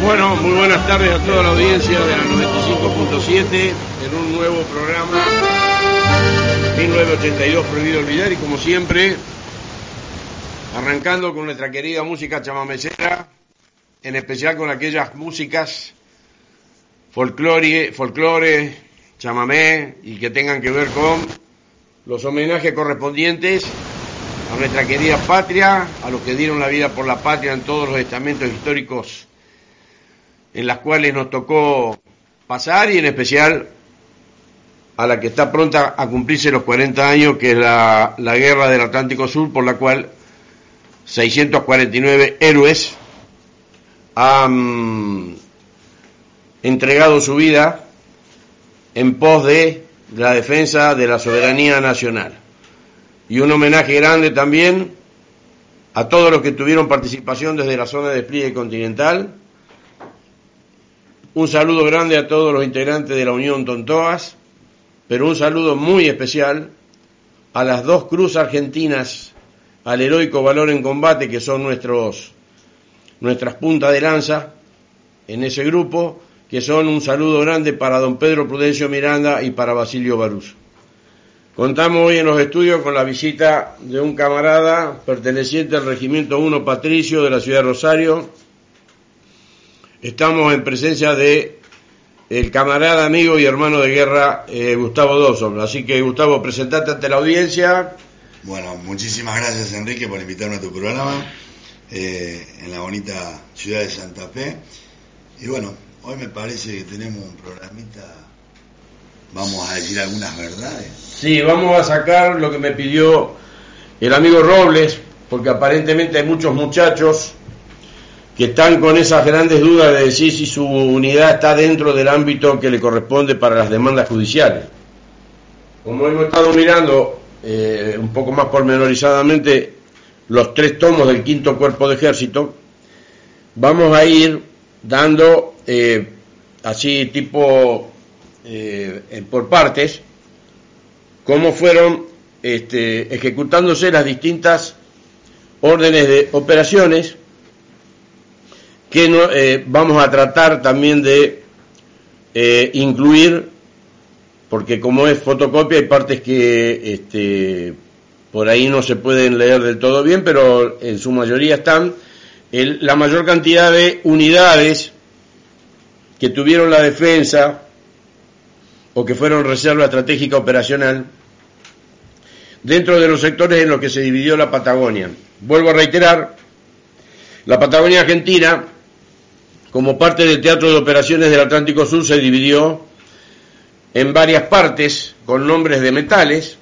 Bueno, muy buenas tardes a toda la audiencia de la 95.7 en un nuevo programa 1982 Prohibido Olvidar, y como siempre arrancando con nuestra querida música chamamecera, en especial con aquellas músicas folclore, chamamé, y que tengan que ver con los homenajes correspondientes a nuestra querida patria, a los que dieron la vida por la patria en todos los estamentos históricos en las cuales nos tocó pasar, y en especial a la que está pronta a cumplirse los 40 años, que es la Guerra del Atlántico Sur, por la cual 649 héroes han entregado su vida en pos de la defensa de la soberanía nacional. Y un homenaje grande también a todos los que tuvieron participación desde la zona de despliegue continental. Un saludo grande a todos los integrantes de la Unión Tontoas, pero un saludo muy especial a las dos Cruz Argentinas al heroico valor en combate, que son nuestras puntas de lanza en ese grupo, que son un saludo grande para don Pedro Prudencio Miranda y para Basilio Barús. Contamos hoy en los estudios con la visita de un camarada perteneciente al Regimiento 1 Patricio de la ciudad de Rosario. Estamos en presencia de el camarada, amigo y hermano de guerra Gustavo Dawson. Así que, Gustavo, presentate ante la audiencia. Bueno, muchísimas gracias, Enrique, por invitarme a tu programa en la bonita ciudad de Santa Fe. Y bueno, hoy me parece que tenemos un programita, vamos a decir algunas verdades. Sí, vamos a sacar lo que me pidió el amigo Robles, porque aparentemente hay muchos muchachos que están con esas grandes dudas de decir si su unidad está dentro del ámbito que le corresponde para las demandas judiciales. Como hemos estado mirando un poco más pormenorizadamente los 3 tomos del 5º Cuerpo de Ejército, vamos a ir dando así tipo por partes cómo fueron ejecutándose las distintas órdenes de operaciones, que vamos a tratar también de incluir, porque como es fotocopia hay partes que por ahí no se pueden leer del todo bien, pero en su mayoría están la mayor cantidad de unidades que tuvieron la defensa o que fueron reserva estratégica operacional dentro de los sectores en los que se dividió la Patagonia. Vuelvo a reiterar, la Patagonia Argentina, como parte del Teatro de Operaciones del Atlántico Sur, se dividió en varias partes con nombres de metales.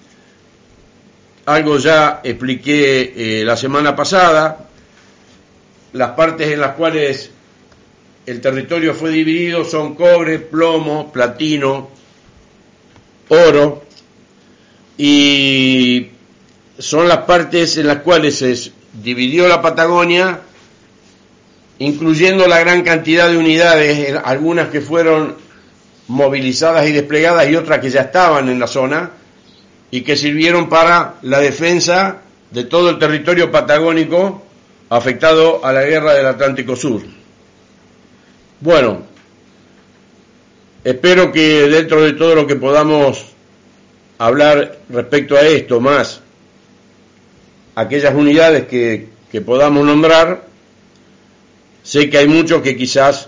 Algo ya expliqué la semana pasada. Las partes en las cuales el territorio fue dividido son cobre, plomo, platino, oro, y son las partes en las cuales se dividió la Patagonia, incluyendo la gran cantidad de unidades, algunas que fueron movilizadas y desplegadas y otras que ya estaban en la zona y que sirvieron para la defensa de todo el territorio patagónico afectado a la Guerra del Atlántico Sur. Bueno, espero que dentro de todo lo que podamos hablar respecto a esto, más aquellas unidades que podamos nombrar, sé que hay muchos que quizás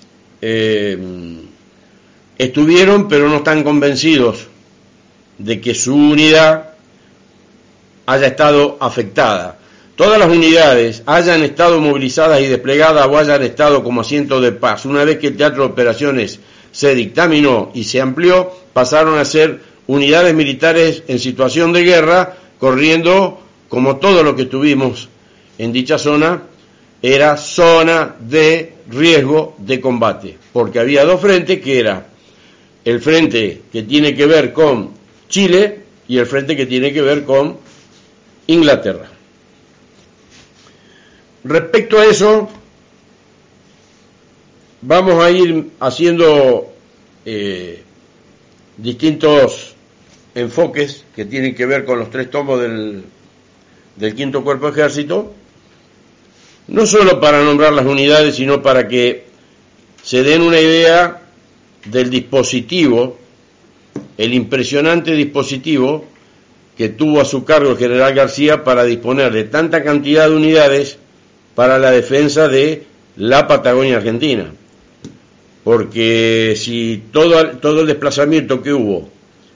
estuvieron pero no están convencidos de que su unidad haya estado afectada. Todas las unidades hayan estado movilizadas y desplegadas o hayan estado como asiento de paz, una vez que el teatro de operaciones se dictaminó y se amplió, pasaron a ser unidades militares en situación de guerra, corriendo, como todo lo que tuvimos en dicha zona, era zona de riesgo de combate, porque había 2 frentes, que era el frente que tiene que ver con Chile y el frente que tiene que ver con Inglaterra. Respecto a eso, vamos a ir haciendo distintos enfoques que tienen que ver con los 3 tomos del 5º Cuerpo de Ejército. no solo para nombrar las unidades, sino para que se den una idea del dispositivo, el impresionante dispositivo que tuvo a su cargo el general García para disponer de tanta cantidad de unidades para la defensa de la Patagonia Argentina. Porque si todo el desplazamiento que hubo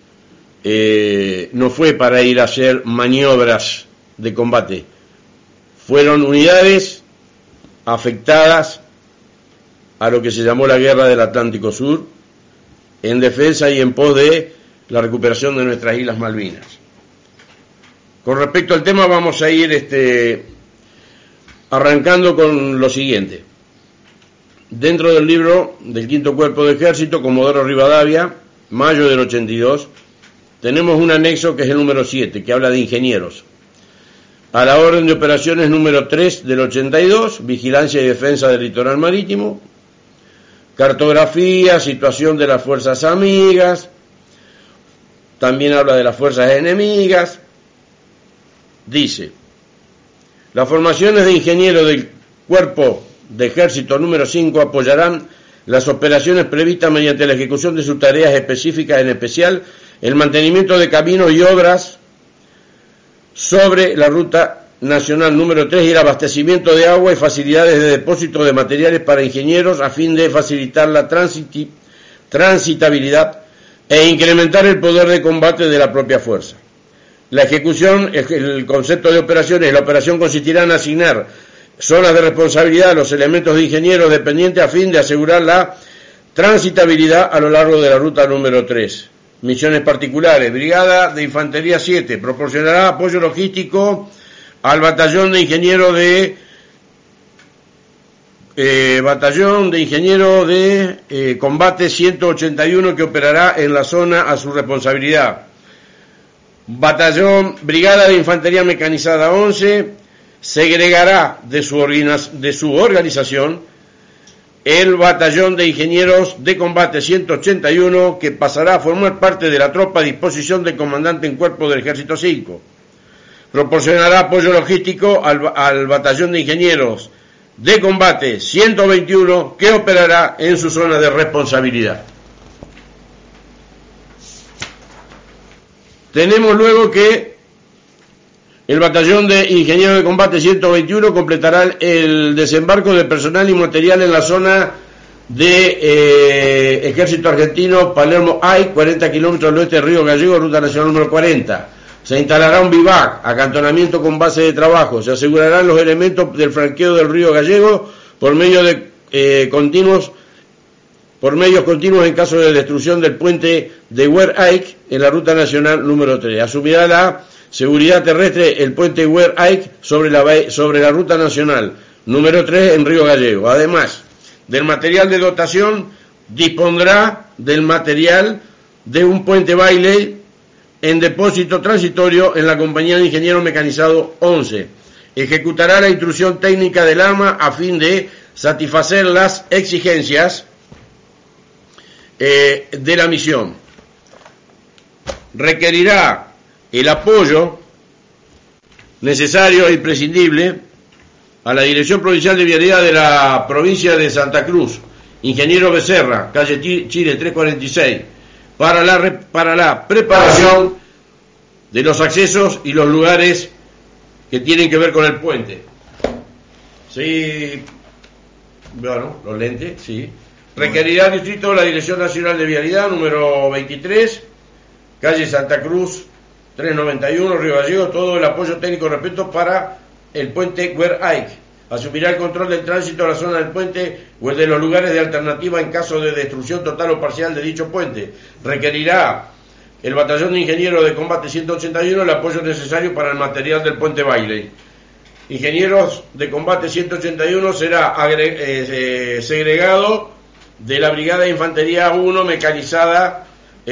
no fue para ir a hacer maniobras de combate, fueron unidades afectadas a lo que se llamó la Guerra del Atlántico Sur, en defensa y en pos de la recuperación de nuestras Islas Malvinas. Con respecto al tema, vamos a ir arrancando con lo siguiente. Dentro del libro del Quinto Cuerpo de Ejército, Comodoro Rivadavia, mayo del 82, tenemos un anexo que es el número 7, que habla de ingenieros. A la orden de operaciones número 3 del 82, vigilancia y defensa del litoral marítimo, cartografía, situación de las fuerzas amigas, también habla de las fuerzas enemigas. Dice, las formaciones de ingenieros del Cuerpo de Ejército número 5 apoyarán las operaciones previstas mediante la ejecución de sus tareas específicas, en especial el mantenimiento de caminos y obras sobre la ruta nacional número 3 y el abastecimiento de agua y facilidades de depósito de materiales para ingenieros a fin de facilitar la transitabilidad e incrementar el poder de combate de la propia fuerza. La ejecución, el concepto de operaciones, la operación consistirá en asignar zonas de responsabilidad a los elementos de ingenieros dependientes a fin de asegurar la transitabilidad a lo largo de la ruta número 3. Misiones particulares. Brigada de Infantería 7 proporcionará apoyo logístico al batallón de ingenieros de combate 181 que operará en la zona a su responsabilidad. Brigada de Infantería Mecanizada 11 segregará de su organización el batallón de ingenieros de combate 181 que pasará a formar parte de la tropa a disposición del comandante en cuerpo del Ejército 5. Proporcionará apoyo logístico al batallón de ingenieros de combate 121 que operará en su zona de responsabilidad. Tenemos luego que el batallón de ingenieros de combate 121 completará el desembarco de personal y material en la zona de Ejército Argentino Palermo-Ay, 40 kilómetros al oeste del Río Gallego, ruta nacional número 40. Se instalará un vivac, acantonamiento con base de trabajo. Se asegurarán los elementos del franqueo del Río Gallego por medios continuos en caso de destrucción del puente de Wehr-Eich en la ruta nacional número 3. Asumirá la seguridad terrestre el puente Wehr-Eich sobre la ruta nacional número 3 en Río Gallego. Además del material de dotación, dispondrá del material de un puente Bailey en depósito transitorio en la compañía de ingenieros mecanizados 11. Ejecutará la instrucción técnica del arma a fin de satisfacer las exigencias de la misión. Requerirá el apoyo necesario e imprescindible a la Dirección Provincial de Vialidad de la provincia de Santa Cruz, ingeniero Becerra, calle Chile 346, para la preparación de los accesos y los lugares que tienen que ver con el puente. Sí, bueno, los lentes, sí. Requerirá el distrito de la Dirección Nacional de Vialidad, número 23, calle Santa Cruz 391, Río Gallego, todo el apoyo técnico respeto para el puente Wehr-Eich. Asumirá el control del tránsito a la zona del puente o el de los lugares de alternativa en caso de destrucción total o parcial de dicho puente. Requerirá el batallón de ingenieros de combate 181 el apoyo necesario para el material del puente Bailey. Ingenieros de combate 181 será segregado de la Brigada de Infantería 1 mecanizada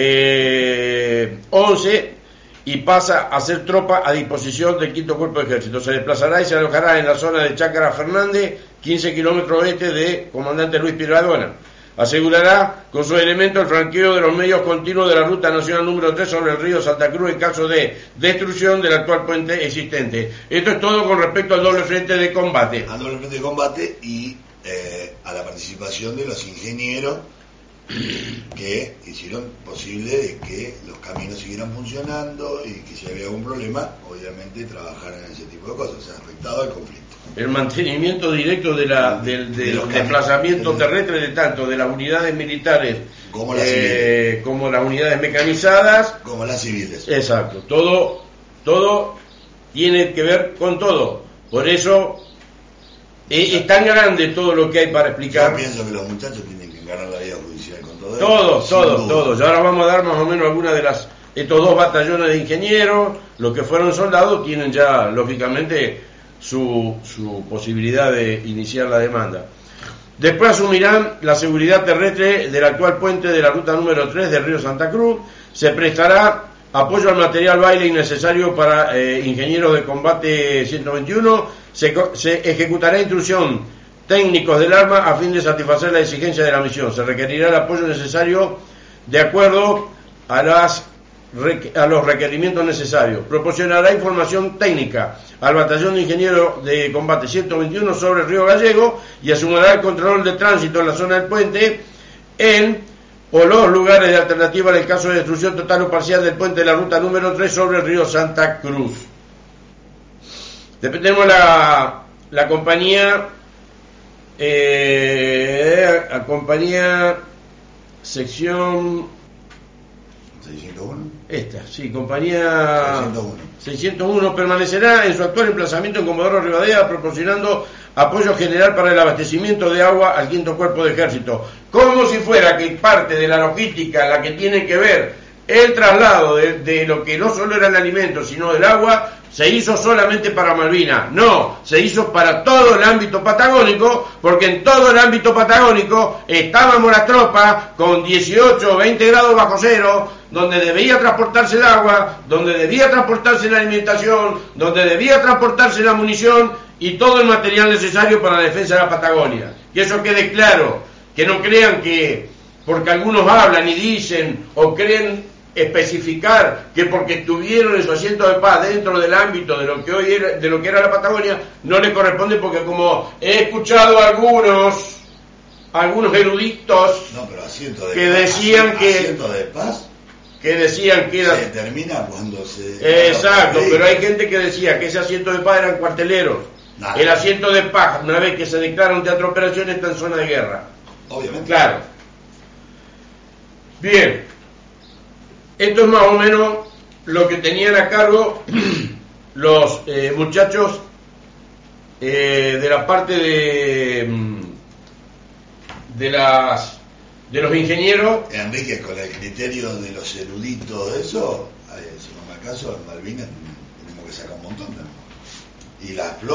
11 y pasa a ser tropa a disposición del Quinto Cuerpo de Ejército. Se desplazará y se alojará en la zona de Chácara Fernández, 15 kilómetros oeste de Comandante Luis Piradona. Asegurará con sus elementos el franqueo de los medios continuos de la ruta nacional número 3 sobre el río Santa Cruz en caso de destrucción del actual puente existente. Esto es todo con respecto al doble frente de combate. Al doble frente de combate y a la participación de los ingenieros que hicieron posible de que los caminos siguieran funcionando y que si había algún problema, obviamente trabajaran en ese tipo de cosas, o sea, afectado al conflicto. El mantenimiento directo de los desplazamientos terrestres de tanto de las unidades militares como las unidades mecanizadas, como las civiles. Exacto, todo tiene que ver con todo. Por eso es tan grande todo lo que hay para explicar. Yo pienso que los muchachos tienen que encarar la vida judicial con todo eso. Todos. Y ahora vamos a dar más o menos algunas de estos dos batallones de ingenieros, los que fueron soldados tienen ya lógicamente su posibilidad de iniciar la demanda. Después asumirán la seguridad terrestre del actual puente de la ruta número 3 del río Santa Cruz. Se prestará apoyo al material baile innecesario para ingenieros de combate 121. Se ejecutará instrucción técnicos del arma a fin de satisfacer la exigencia de la misión. Se requerirá el apoyo necesario de acuerdo a los requerimientos necesarios. Proporcionará información técnica al batallón de ingenieros de combate 121 sobre el río Gallego y asumirá el control de tránsito en la zona del puente o los lugares de alternativa en el caso de destrucción total o parcial del puente de la ruta número 3 sobre el río Santa Cruz. Después tenemos la compañía sección 601. Compañía 601 permanecerá en su actual emplazamiento en Comodoro Rivadavia, proporcionando apoyo general para el abastecimiento de agua al 5º Cuerpo de Ejército, como si fuera que parte de la logística, la que tiene que ver el traslado de lo que no solo era el alimento, sino del agua, se hizo solamente para Malvinas. No, se hizo para todo el ámbito patagónico, porque en todo el ámbito patagónico estábamos las tropas con 18 o 20 grados bajo cero, donde debía transportarse el agua, donde debía transportarse la alimentación, donde debía transportarse la munición y todo el material necesario para la defensa de la Patagonia. Que eso quede claro, que no crean que porque algunos hablan y dicen o creen especificar que porque estuvieron en su asiento de paz dentro del ámbito de lo que hoy era, de lo que era la Patagonia, no le corresponde, porque como he escuchado a algunos eruditos que decían que decían que era... Se determina cuando se... Exacto, pero hay gente que decía que ese asiento de paz eran cuarteleros. El asiento de paz, una vez que se declara un teatro de operaciones, está en zona de guerra. Obviamente. Claro. Bien. Esto es más o menos lo que tenían a cargo los muchachos de la parte de los ingenieros. Enrique, con el criterio de los eruditos de eso, si no me acaso, en Malvinas tenemos que sacar un montón también. Y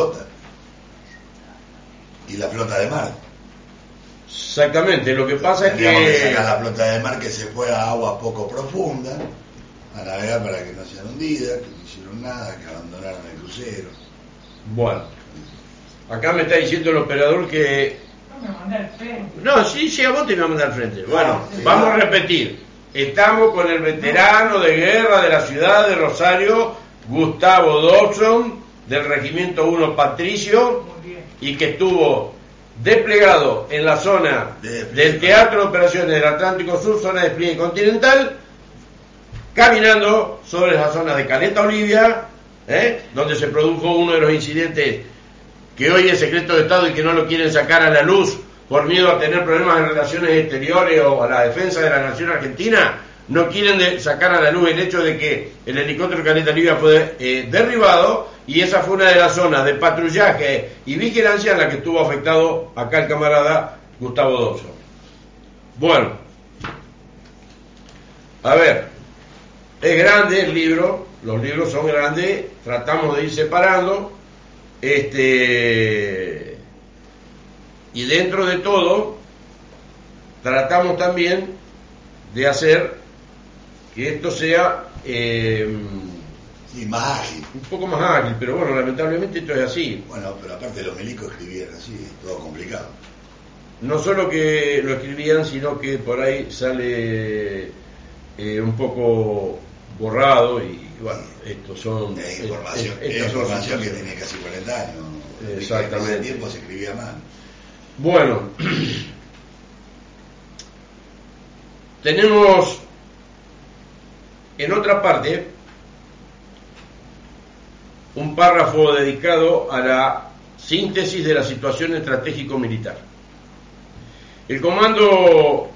la flota de mar. Exactamente, lo que pasa es que... Tendríamos que sacar la flota de mar que se fue a aguas poco profundas, a navegar para que no sean hundidas, que no hicieron nada, que abandonaron el crucero. Bueno, acá me está diciendo el operador que... No me mandé al frente. No, sí, a vos te voy a mandar al frente. Bueno, vamos a repetir. Estamos con el veterano de guerra de la ciudad de Rosario, Gustavo Dobson, del Regimiento 1 Patricio, y que estuvo desplegado en la zona del Teatro de Operaciones del Atlántico Sur, zona de despliegue continental, caminando sobre la zona de Caleta Olivia, donde se produjo uno de los incidentes que hoy es secreto de Estado y que no lo quieren sacar a la luz por miedo a tener problemas en relaciones exteriores o a la defensa de la nación argentina. No quieren sacar a la luz el hecho de que el helicóptero Caleta Olivia fue derribado, y esa fue una de las zonas de patrullaje y vigilancia en la que estuvo afectado acá el camarada Gustavo Dobson. Bueno, a ver, es grande el libro, los libros son grandes, tratamos de ir separando, y dentro de todo tratamos también de hacer que esto sea más ágil. Un poco más ágil, pero bueno, lamentablemente esto es así. Bueno, pero aparte los milicos escribían así, es todo complicado. no solo que lo escribían, sino que por ahí sale un poco borrado y bueno, estos son... Es información que tiene casi 40 años. Exactamente. En ese tiempo se escribía mal. Bueno, tenemos en otra parte un párrafo dedicado a la síntesis de la situación estratégico-militar. El comando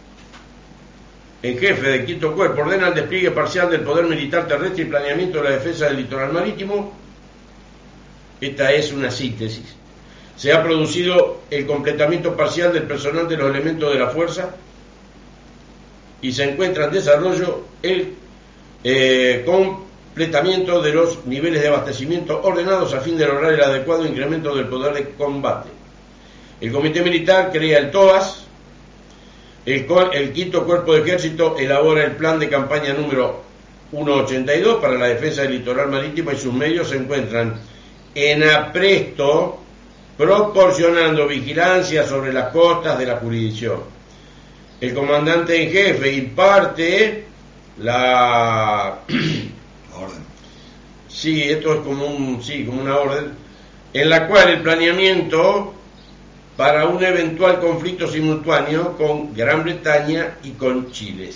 en jefe de Quinto Cuerpo ordena el despliegue parcial del poder militar terrestre y planeamiento de la defensa del litoral marítimo. Esta es una síntesis. Se ha producido el completamiento parcial del personal de los elementos de la fuerza y se encuentra en desarrollo el completamiento de los niveles de abastecimiento ordenados a fin de lograr el adecuado incremento del poder de combate. El Comité Militar crea el TOAS. El Quinto Cuerpo de Ejército elabora el plan de campaña número 182 para la defensa del litoral marítimo y sus medios se encuentran en apresto proporcionando vigilancia sobre las costas de la jurisdicción. El comandante en jefe imparte la orden. Sí, esto es como una orden en la cual el planeamiento para un eventual conflicto simultáneo con Gran Bretaña y con Chile.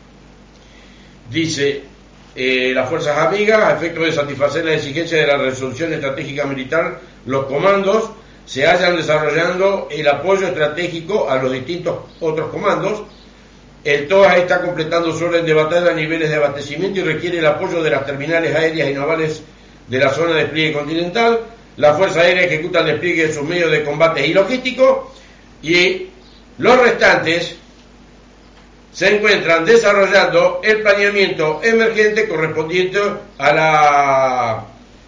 Dice, las fuerzas amigas, a efecto de satisfacer la exigencia de la resolución estratégica militar, los comandos se hallan desarrollando el apoyo estratégico a los distintos otros comandos. El TOAS está completando su orden de batalla a niveles de abastecimiento y requiere el apoyo de las terminales aéreas y navales de la zona de despliegue continental. La Fuerza Aérea ejecuta el despliegue de sus medios de combate y logístico y los restantes se encuentran desarrollando el planeamiento emergente correspondiente a la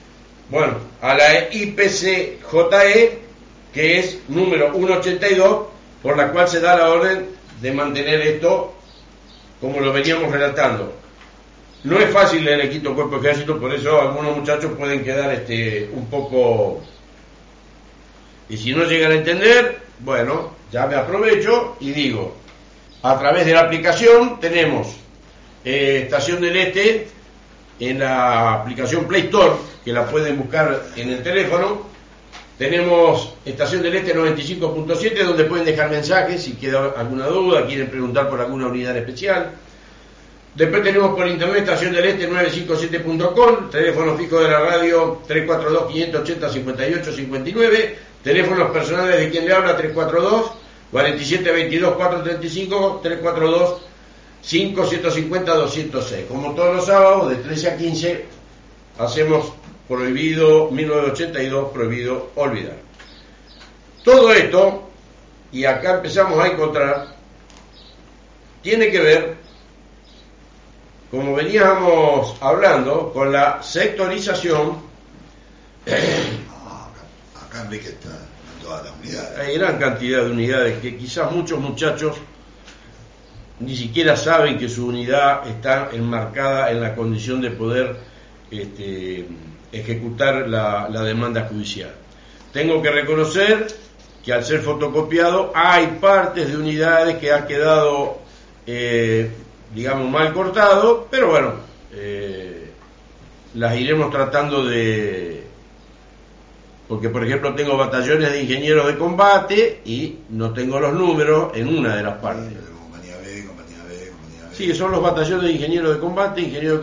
IPCJE, que es número 182, por la cual se da la orden de mantener esto como lo veníamos relatando. No es fácil leer el Quinto Cuerpo de Ejército, por eso algunos muchachos pueden quedar un poco... Y si no llegan a entender, bueno, ya me aprovecho y digo, a través de la aplicación tenemos Estación del Este en la aplicación Play Store, que la pueden buscar en el teléfono. Tenemos Estación del Este 95.7, donde pueden dejar mensajes si queda alguna duda, quieren preguntar por alguna unidad especial. Después tenemos por internet Estación del Este 957.com, teléfono fijo de la radio 342-580-5859, teléfonos personales de quien le habla 342-4722-435, 342-5150-206. Como todos los sábados de 13 a 15 hacemos Prohibido 1982, Prohibido Olvidar. Todo esto, y acá empezamos a encontrar, tiene que ver, como veníamos hablando, con la sectorización. Acá Enrique está en todas las unidades. Hay gran cantidad de unidades que quizás muchos muchachos ni siquiera saben que su unidad está enmarcada en la condición de poder ejecutar la demanda judicial. Tengo que reconocer que al ser fotocopiado hay partes de unidades que han quedado digamos mal cortado, pero bueno, las iremos tratando de... Porque por ejemplo tengo batallones de ingenieros de combate y no tengo los números en una de las partes. Compañía B. Sí, son los batallones de ingenieros de combate,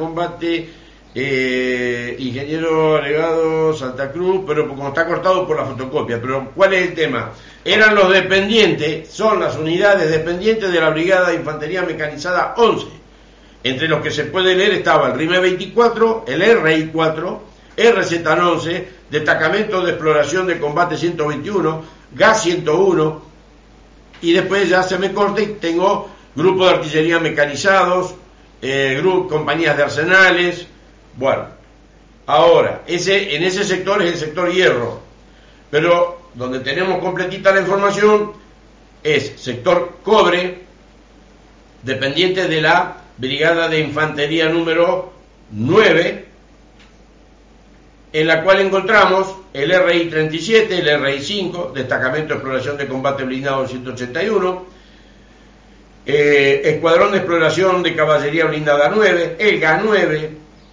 ingeniero agregado Santa Cruz, pero como está cortado por la fotocopia. Pero ¿cuál es el tema? Eran los dependientes, son las unidades dependientes de la Brigada de Infantería Mecanizada 11. Entre los que se puede leer estaba el RIME 24, el RI4, RZ11, Destacamento de Exploración de Combate 121, GAS 101, y después ya se me corta y tengo grupos de artillería mecanizados, compañías de arsenales. Bueno, ahora, en ese sector es el sector hierro, pero donde tenemos completita la información es sector cobre, dependiente de la Brigada de Infantería número 9, en la cual encontramos el RI 37, el RI 5, Destacamento de Exploración de Combate Blindado 181, Escuadrón de Exploración de Caballería Blindada 9, el GA 9,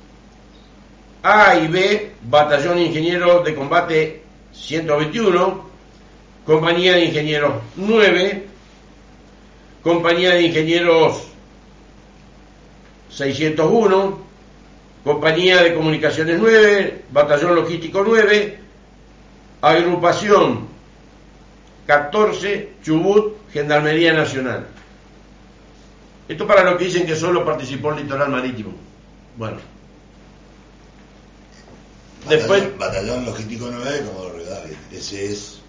A y B, Batallón de Ingenieros de Combate 121, Compañía de Ingenieros 9, Compañía de Ingenieros 601, Compañía de Comunicaciones 9, Batallón Logístico 9, Agrupación 14, Chubut, Gendarmería Nacional. Esto para los que dicen que solo participó el Litoral Marítimo. Bueno. Después, Batallón Logístico 9, como Rivadavia. Ese es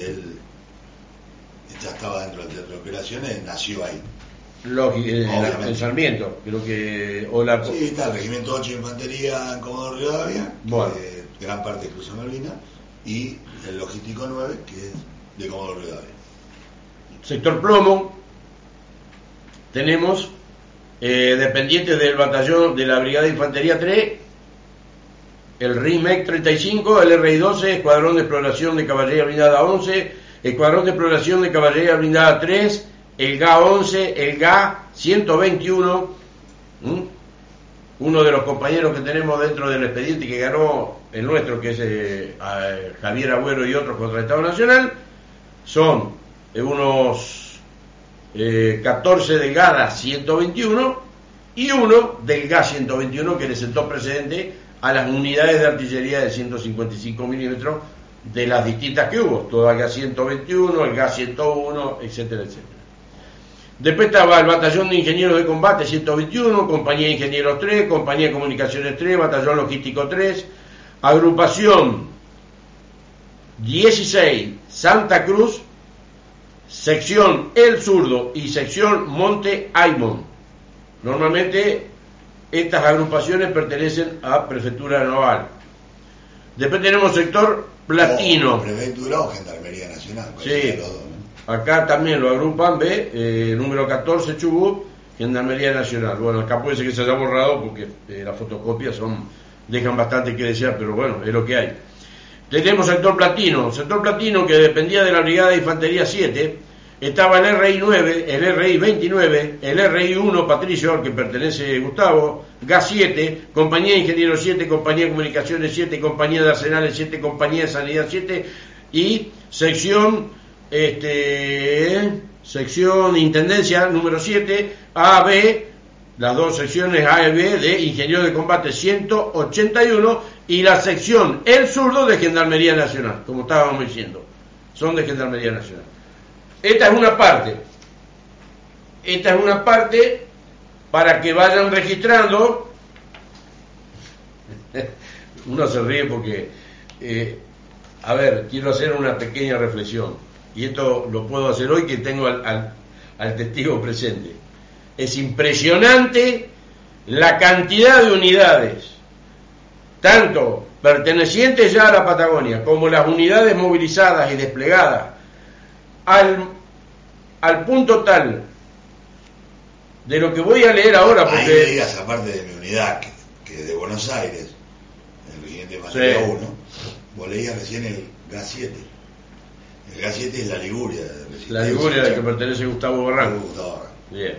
ya estaba dentro del Teatro de Operaciones, nació ahí. En Sarmiento, creo que... Sí, está el Regimiento 8 de Infantería en Comodoro Rivadavia, bueno, gran parte de Cruz Malvinas, y el Logístico 9, que es de Comodoro Rivadavia. Sector Plomo, tenemos dependientes del batallón de la Brigada de Infantería 3, el RIMEC 35, el RI 12, Escuadrón de Exploración de Caballería Blindada 11, Escuadrón de Exploración de Caballería Blindada 3, el GA 11, el GA 121, uno de los compañeros que tenemos dentro del expediente que ganó el nuestro, que es Javier Agüero y otros contra el Estado Nacional, son unos 14 del GA 121 y uno del GA 121 que le sentó precedente a las unidades de artillería de 155 milímetros de las distintas que hubo, todo el GA 121, el GA 101, etcétera, etcétera. Después estaba el Batallón de Ingenieros de Combate 121, Compañía de Ingenieros 3, Compañía de Comunicaciones 3, Batallón Logístico 3, Agrupación 16, Santa Cruz, Sección El Zurdo y Sección Monte Aymon. Normalmente estas agrupaciones pertenecen a Prefectura Naval. Después tenemos Sector Platino. Prefectura o Gendarmería Nacional. Sí. Acá también lo agrupan, número 14 Chubut, Gendarmería Nacional. Bueno, acá puede ser que se haya borrado porque las fotocopias dejan bastante que desear, pero bueno, es lo que hay. Tenemos Sector Platino que dependía de la Brigada de Infantería 7, estaba el RI 9, el RI 29, el RI 1 Patricio, al que pertenece Gustavo, GA 7, Compañía de Ingenieros 7, Compañía de Comunicaciones 7, Compañía de Arsenales 7, Compañía de Sanidad 7 y Sección Intendencia número 7, A, B, las dos secciones A y B de Ingenieros de Combate 181 y la sección El Zurdo de Gendarmería Nacional, como estábamos diciendo, son de Gendarmería Nacional. Esta es una parte para que vayan registrando. Uno se ríe porque quiero hacer una pequeña reflexión y esto lo puedo hacer hoy que tengo al testigo presente. Es impresionante la cantidad de unidades, tanto pertenecientes ya a la Patagonia como las unidades movilizadas y desplegadas al punto tal de lo que voy a leer ahora, porque... Ahí digas, aparte de mi unidad, que de Buenos Aires, el Regimiento de Infantería 1, vos leías recién el GA 7. El GA 7 es la Liguria. La Liguria, de que pertenece Gustavo Barranco. Bien.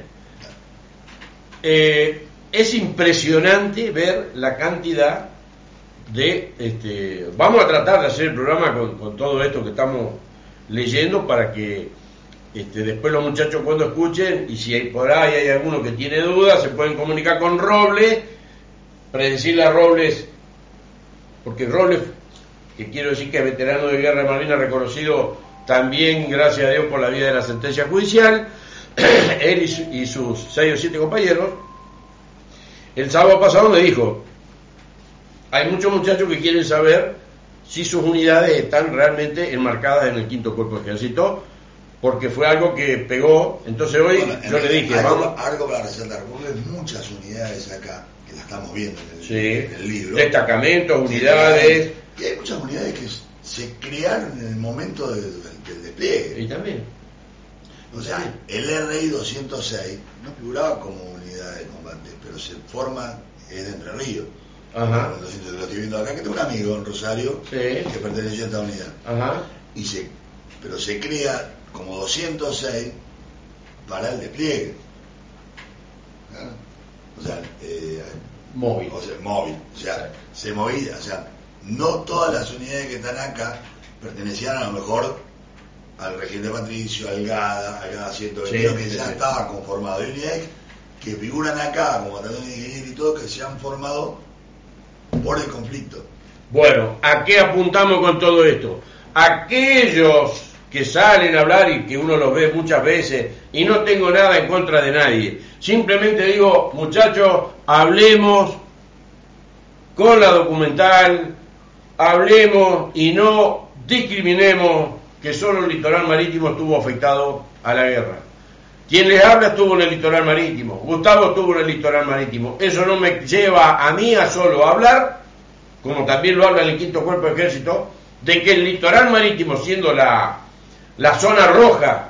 Es impresionante ver la cantidad de... vamos a tratar de hacer el programa con todo esto que estamos leyendo para que después los muchachos cuando escuchen, y si por ahí hay alguno que tiene dudas, se pueden comunicar con Robles, predecirle a Robles, porque Robles, que quiero decir que es veterano de guerra de Malvinas, reconocido también, gracias a Dios, por la vía de la sentencia judicial, él y sus 6 o 7 compañeros, el sábado pasado me dijo, hay muchos muchachos que quieren saber si sus unidades están realmente enmarcadas en el 5º Cuerpo de Ejército, porque fue algo que pegó. Entonces hoy yo le dije, algo para resaltar, vos ves muchas unidades acá, que las estamos viendo en el libro. Destacamentos, unidades. Y hay muchas unidades que se crearon en el momento del despliegue. Y también. O sea, el RI 206 no figuraba como unidad de combate, pero se forma, es de Entre Ríos. Ajá. Lo estoy viendo acá, que tengo un amigo en Rosario, sí, que perteneció a esta unidad. Ajá. Pero se crea como 206 para el despliegue. ¿Claro? O sea, móvil. Móvil. O sea, se movía. O sea, no todas las unidades que están acá pertenecían a lo mejor al Regente Patricio, al GADA 122, que ya estaba conformado. Hay unidades que figuran acá como batallón de ingenieros y todo, que se han formado por el conflicto. Bueno, ¿a qué apuntamos con todo esto? Aquellos que salen a hablar y que uno los ve muchas veces, y no tengo nada en contra de nadie, simplemente digo, muchachos, hablemos con la documental, hablemos y no discriminemos que solo el litoral marítimo estuvo afectado a la guerra. Quien les habla estuvo en el litoral marítimo, Gustavo estuvo en el litoral marítimo. Eso no me lleva a mí a solo hablar, como también lo habla el Quinto Cuerpo de Ejército, de que el litoral marítimo, siendo la zona roja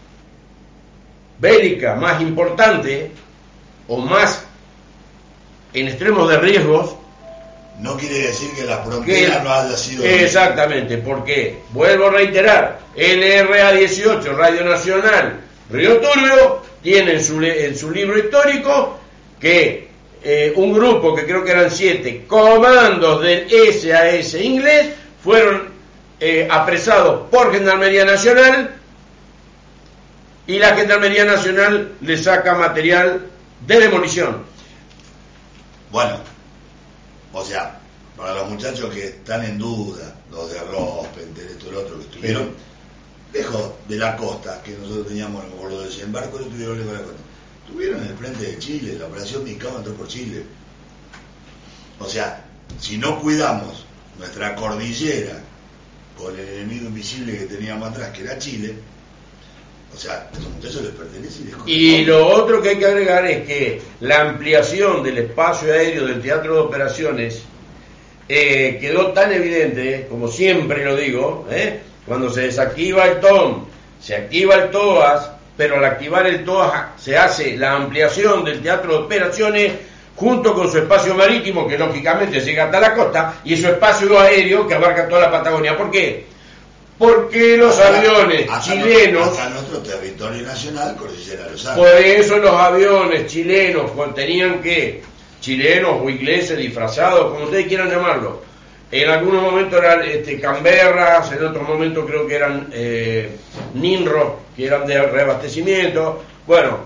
bélica más importante o más en extremos de riesgos, no quiere decir que la frontera no haya sido... Exactamente, porque, vuelvo a reiterar, LRA 18, Radio Nacional, Río Turbio, tiene en su libro histórico que un grupo, que creo que eran 7 comandos del SAS inglés, fueron apresados por Gendarmería Nacional, y la Gendarmería Nacional le saca material de demolición. Bueno, o sea, para los muchachos que están en duda, los de Rospenter, esto, el otro, que estuvieron lejos de la costa, que nosotros teníamos, a lo mejor, los desembarcos, no estuvieron lejos de la costa. Estuvieron en el frente de Chile, la operación Micao entró por Chile. O sea, si no cuidamos nuestra cordillera con el enemigo invisible que teníamos atrás, que era Chile, o sea, a esos muchachos les pertenece y les corresponde. Y lo otro que hay que agregar es que la ampliación del espacio aéreo del teatro de operaciones quedó tan evidente, como siempre lo digo, cuando se desactiva el TOM, se activa el TOAS, pero al activar el TOAS se hace la ampliación del teatro de operaciones junto con su espacio marítimo, que lógicamente llega hasta la costa, y su espacio aéreo que abarca toda la Patagonia. ¿Por qué? Porque los aviones chilenos... Hasta nuestro territorio nacional, Cordillera de los Andes. Por eso los aviones chilenos tenían que... chilenos o ingleses disfrazados, como ustedes quieran llamarlo. En algunos momentos eran Canberras, en otros momentos creo que eran Ninro, que eran de reabastecimiento. Bueno,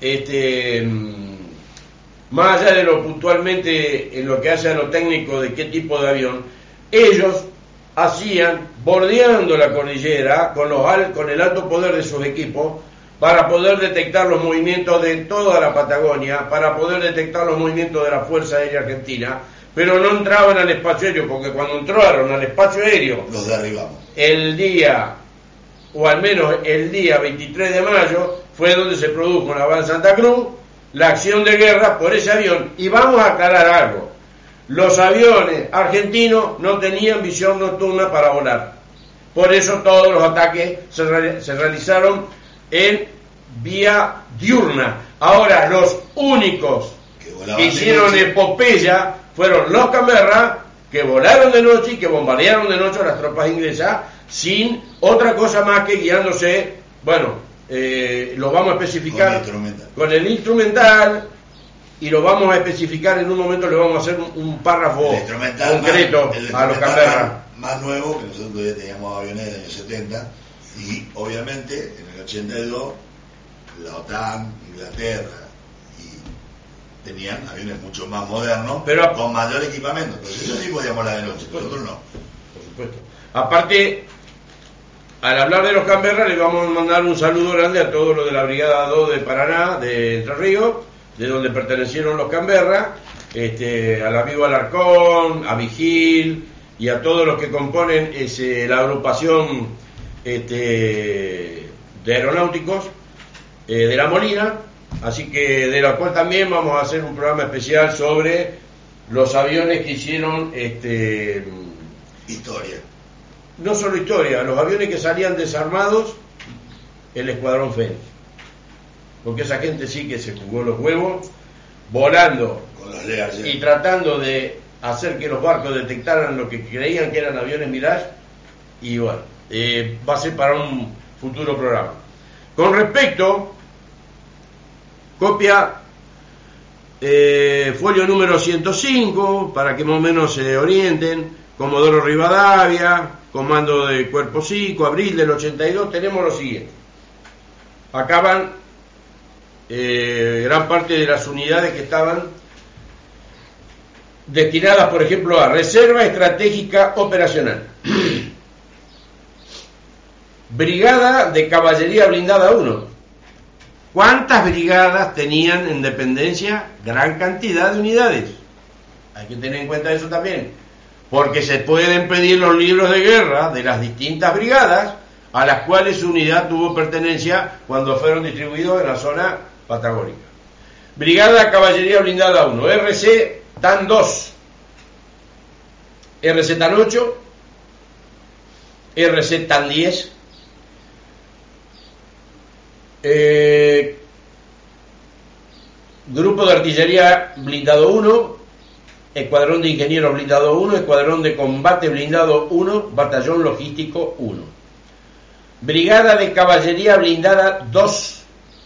más allá de lo puntualmente en lo que hace a lo técnico de qué tipo de avión, ellos hacían, bordeando la cordillera, con el alto poder de sus equipos, para poder detectar los movimientos de toda la Patagonia, para poder detectar los movimientos de la Fuerza Aérea Argentina, pero no entraban al espacio aéreo, porque cuando entraron al espacio aéreo, los derribamos. El día, o al menos el día 23 de mayo, fue donde se produjo en la Habana Santa Cruz la acción de guerra por ese avión. Y vamos a aclarar algo: los aviones argentinos no tenían visión nocturna para volar, por eso todos los ataques se realizaron en vía diurna. Ahora, los únicos que hicieron epopeya fueron los Canberra, que volaron de noche y que bombardearon de noche a las tropas inglesas, sin otra cosa más que guiándose, lo vamos a especificar con el instrumental, y lo vamos a especificar en un momento, le vamos a hacer un párrafo concreto a los Canberra. Más nuevo, que nosotros ya teníamos aviones del año 70, y obviamente en el 82 la OTAN, Inglaterra, y tenían aviones mucho más modernos, pero con mayor equipamiento. Entonces ellos sí podían volar de noche, nosotros no. Por supuesto. Aparte, al hablar de los Canberra, le vamos a mandar un saludo grande a todos los de la Brigada 2 de Paraná, de Entre Ríos, de donde pertenecieron los Canberra, al amigo Alarcón, a Vigil y a todos los que componen la agrupación de aeronáuticos de La Molina, así que de la cual también vamos a hacer un programa especial sobre los aviones que hicieron historia. No solo historia, los aviones que salían desarmados, el Escuadrón Fénix, porque esa gente sí que se jugó los huevos volando con los Lear y tratando de hacer que los barcos detectaran lo que creían que eran aviones Mirage, y bueno, va a ser para un futuro programa. Con respecto, copia folio número 105, para que más o menos se orienten. Comodoro Rivadavia, comando de Cuerpo Psico, abril del 82, tenemos lo siguiente. Acá van gran parte de las unidades que estaban destinadas, por ejemplo, a Reserva Estratégica Operacional. Brigada de Caballería Blindada 1. ¿Cuántas brigadas tenían en dependencia? Gran cantidad de unidades. Hay que tener en cuenta eso también, porque se pueden pedir los libros de guerra de las distintas brigadas a las cuales su unidad tuvo pertenencia cuando fueron distribuidos en la zona patagónica. Brigada Caballería Blindada 1, RC TAN 2, RC TAN 8, RC TAN 10, Grupo de Artillería Blindado 1, Escuadrón de Ingenieros Blindado 1, Escuadrón de Combate Blindado 1, Batallón Logístico 1. Brigada de Caballería Blindada 2.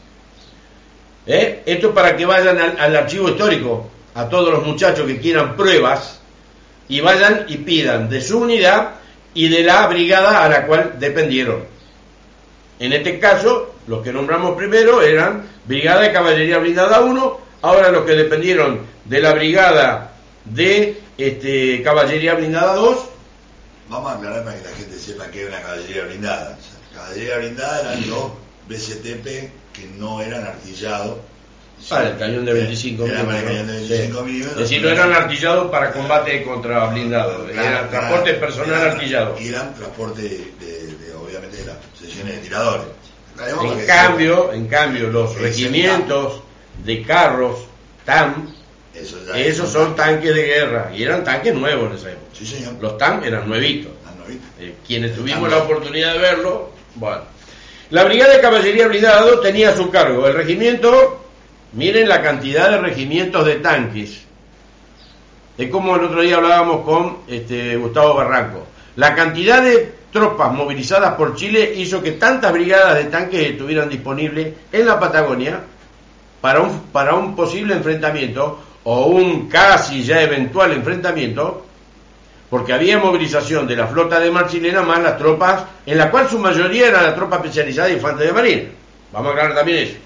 Esto para que vayan al archivo histórico, a todos los muchachos que quieran pruebas, y vayan y pidan de su unidad y de la brigada a la cual dependieron. En este caso, los que nombramos primero eran Brigada de Caballería Blindada 1, ahora los que dependieron de la Brigada de Caballería Blindada 2. Vamos a aclarar para que la gente sepa qué es una caballería blindada. O sea, caballería blindada eran los BCTP que no eran artillados. Para el cañón de 25 milímetros. El cañón de 25 milímetros. Es decir, no eran artillados para combate contra blindados, eran transporte personal artillado. Y eran transporte obviamente de las sesiones de tiradores. En cambio, los regimientos de carros, TAM, esos son tanques de guerra, y eran tanques nuevos en esa época. Sí, señor. Los TAM eran nuevitos. Quienes tuvimos la oportunidad de verlo, bueno. La Brigada de Caballería Blindada 2 tenía a su cargo el regimiento. Miren la cantidad de regimientos de tanques. Es como el otro día hablábamos con Gustavo Barranco. La cantidad de tropas movilizadas por Chile hizo que tantas brigadas de tanques estuvieran disponibles en la Patagonia para un posible enfrentamiento o un casi ya eventual enfrentamiento, porque había movilización de la flota de mar chilena más las tropas, en la cual su mayoría era la tropa especializada de infantería de marina. Vamos a aclarar también eso.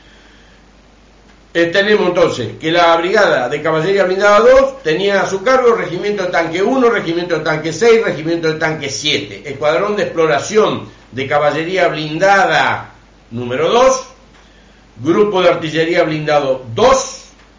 Tenemos entonces que la Brigada de Caballería Blindada 2 tenía a su cargo Regimiento de Tanque 1, Regimiento de Tanque 6, Regimiento de Tanque 7, Escuadrón de Exploración de Caballería Blindada número 2, Grupo de Artillería Blindado 2,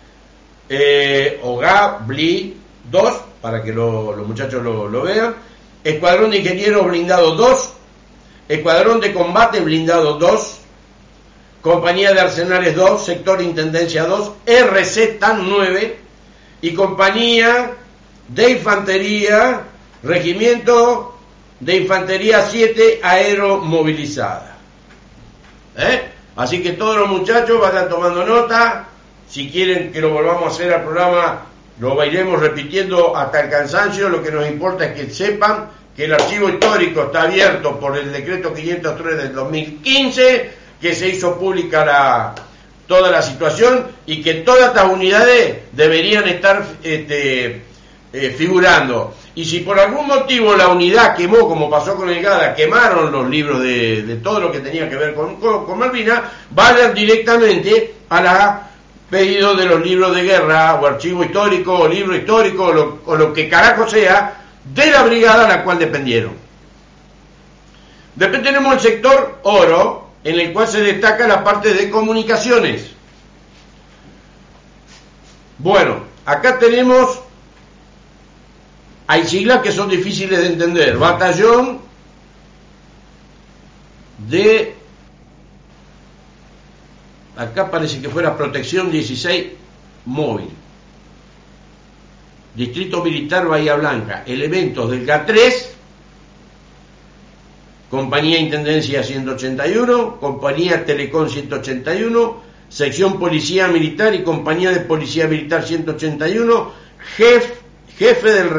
OGA-BLI 2, para que los muchachos lo vean, Escuadrón de Ingenieros Blindado 2, Escuadrón de Combate Blindado 2, Compañía de Arsenales 2, Sector Intendencia 2, RC TAN 9 y Compañía de Infantería, Regimiento de Infantería 7 Aeromovilizada. Así que todos los muchachos vayan tomando nota. Si quieren que lo volvamos a hacer al programa, lo iremos repitiendo hasta el cansancio. Lo que nos importa es que sepan que el archivo histórico está abierto por el decreto 503 del 2015, que se hizo pública toda la situación y que todas estas unidades deberían estar figurando. Y si por algún motivo la unidad quemó, como pasó con el GADA, quemaron los libros de todo lo que tenía que ver con Malvinas, vayan directamente a la pedido de los libros de guerra o archivo histórico o libro histórico o lo que carajo sea de la brigada a la cual dependieron. Después tenemos el sector oro, en el cual se destaca la parte de comunicaciones. Bueno, acá tenemos, hay siglas que son difíciles de entender. Batallón de, acá parece que fuera Protección 16 Móvil, Distrito Militar Bahía Blanca, elementos del GA3, Compañía Intendencia 181, Compañía Telecom 181, Sección Policía Militar y Compañía de Policía Militar 181, jefe del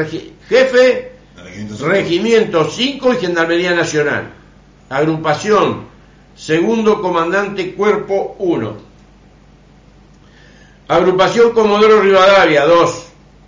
Regimiento 5 y Gendarmería Nacional. Agrupación, segundo comandante Cuerpo 1. Agrupación Comodoro Rivadavia 2.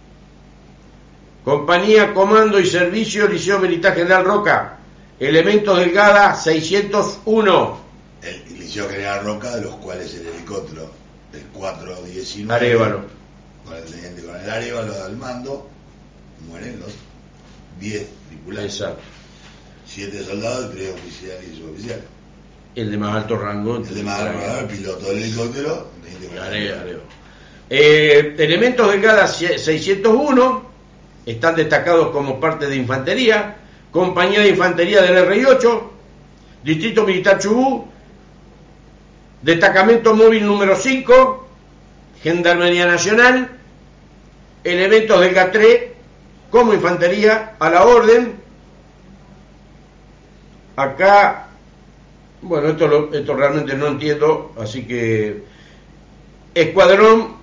Compañía Comando y Servicio Liceo Militar General Roca. Elementos del GADA 601. El Liceo General Roca, de los cuales el helicóptero del 419 Arévalo, con el teniente coronel Arévalo al mando, mueren los 10 tripulantes. exacto. 7 soldados y 3 oficiales y suboficiales. El de más alto rango. El de más alto rango, el piloto del helicóptero, el teniente coronel Arévalo. Elementos del GADA 601 están destacados como parte de infantería. Compañía de Infantería del RI-8, Distrito Militar Chubut, Destacamento Móvil número 5, Gendarmería Nacional, elementos del GAT-3 como infantería a la orden. Acá, bueno, esto realmente no entiendo, así que Escuadrón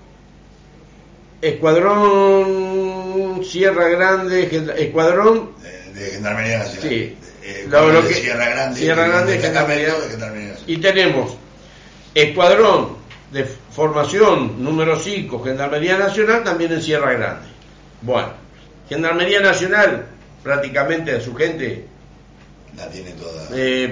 Sierra Grande, Escuadrón de Gendarmería Nacional. Sí. Lo que, Sierra Grande, Gendarmería Nacional. Y tenemos Escuadrón de Formación número 5, Gendarmería Nacional, también en Sierra Grande. Bueno, Gendarmería Nacional, prácticamente su gente la tiene toda.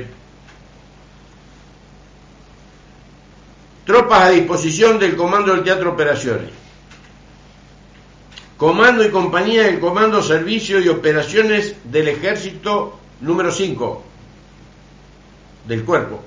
Tropas a disposición del Comando del Teatro Operaciones. Comando y compañía del Comando Servicio y Operaciones del Ejército número 5 del Cuerpo.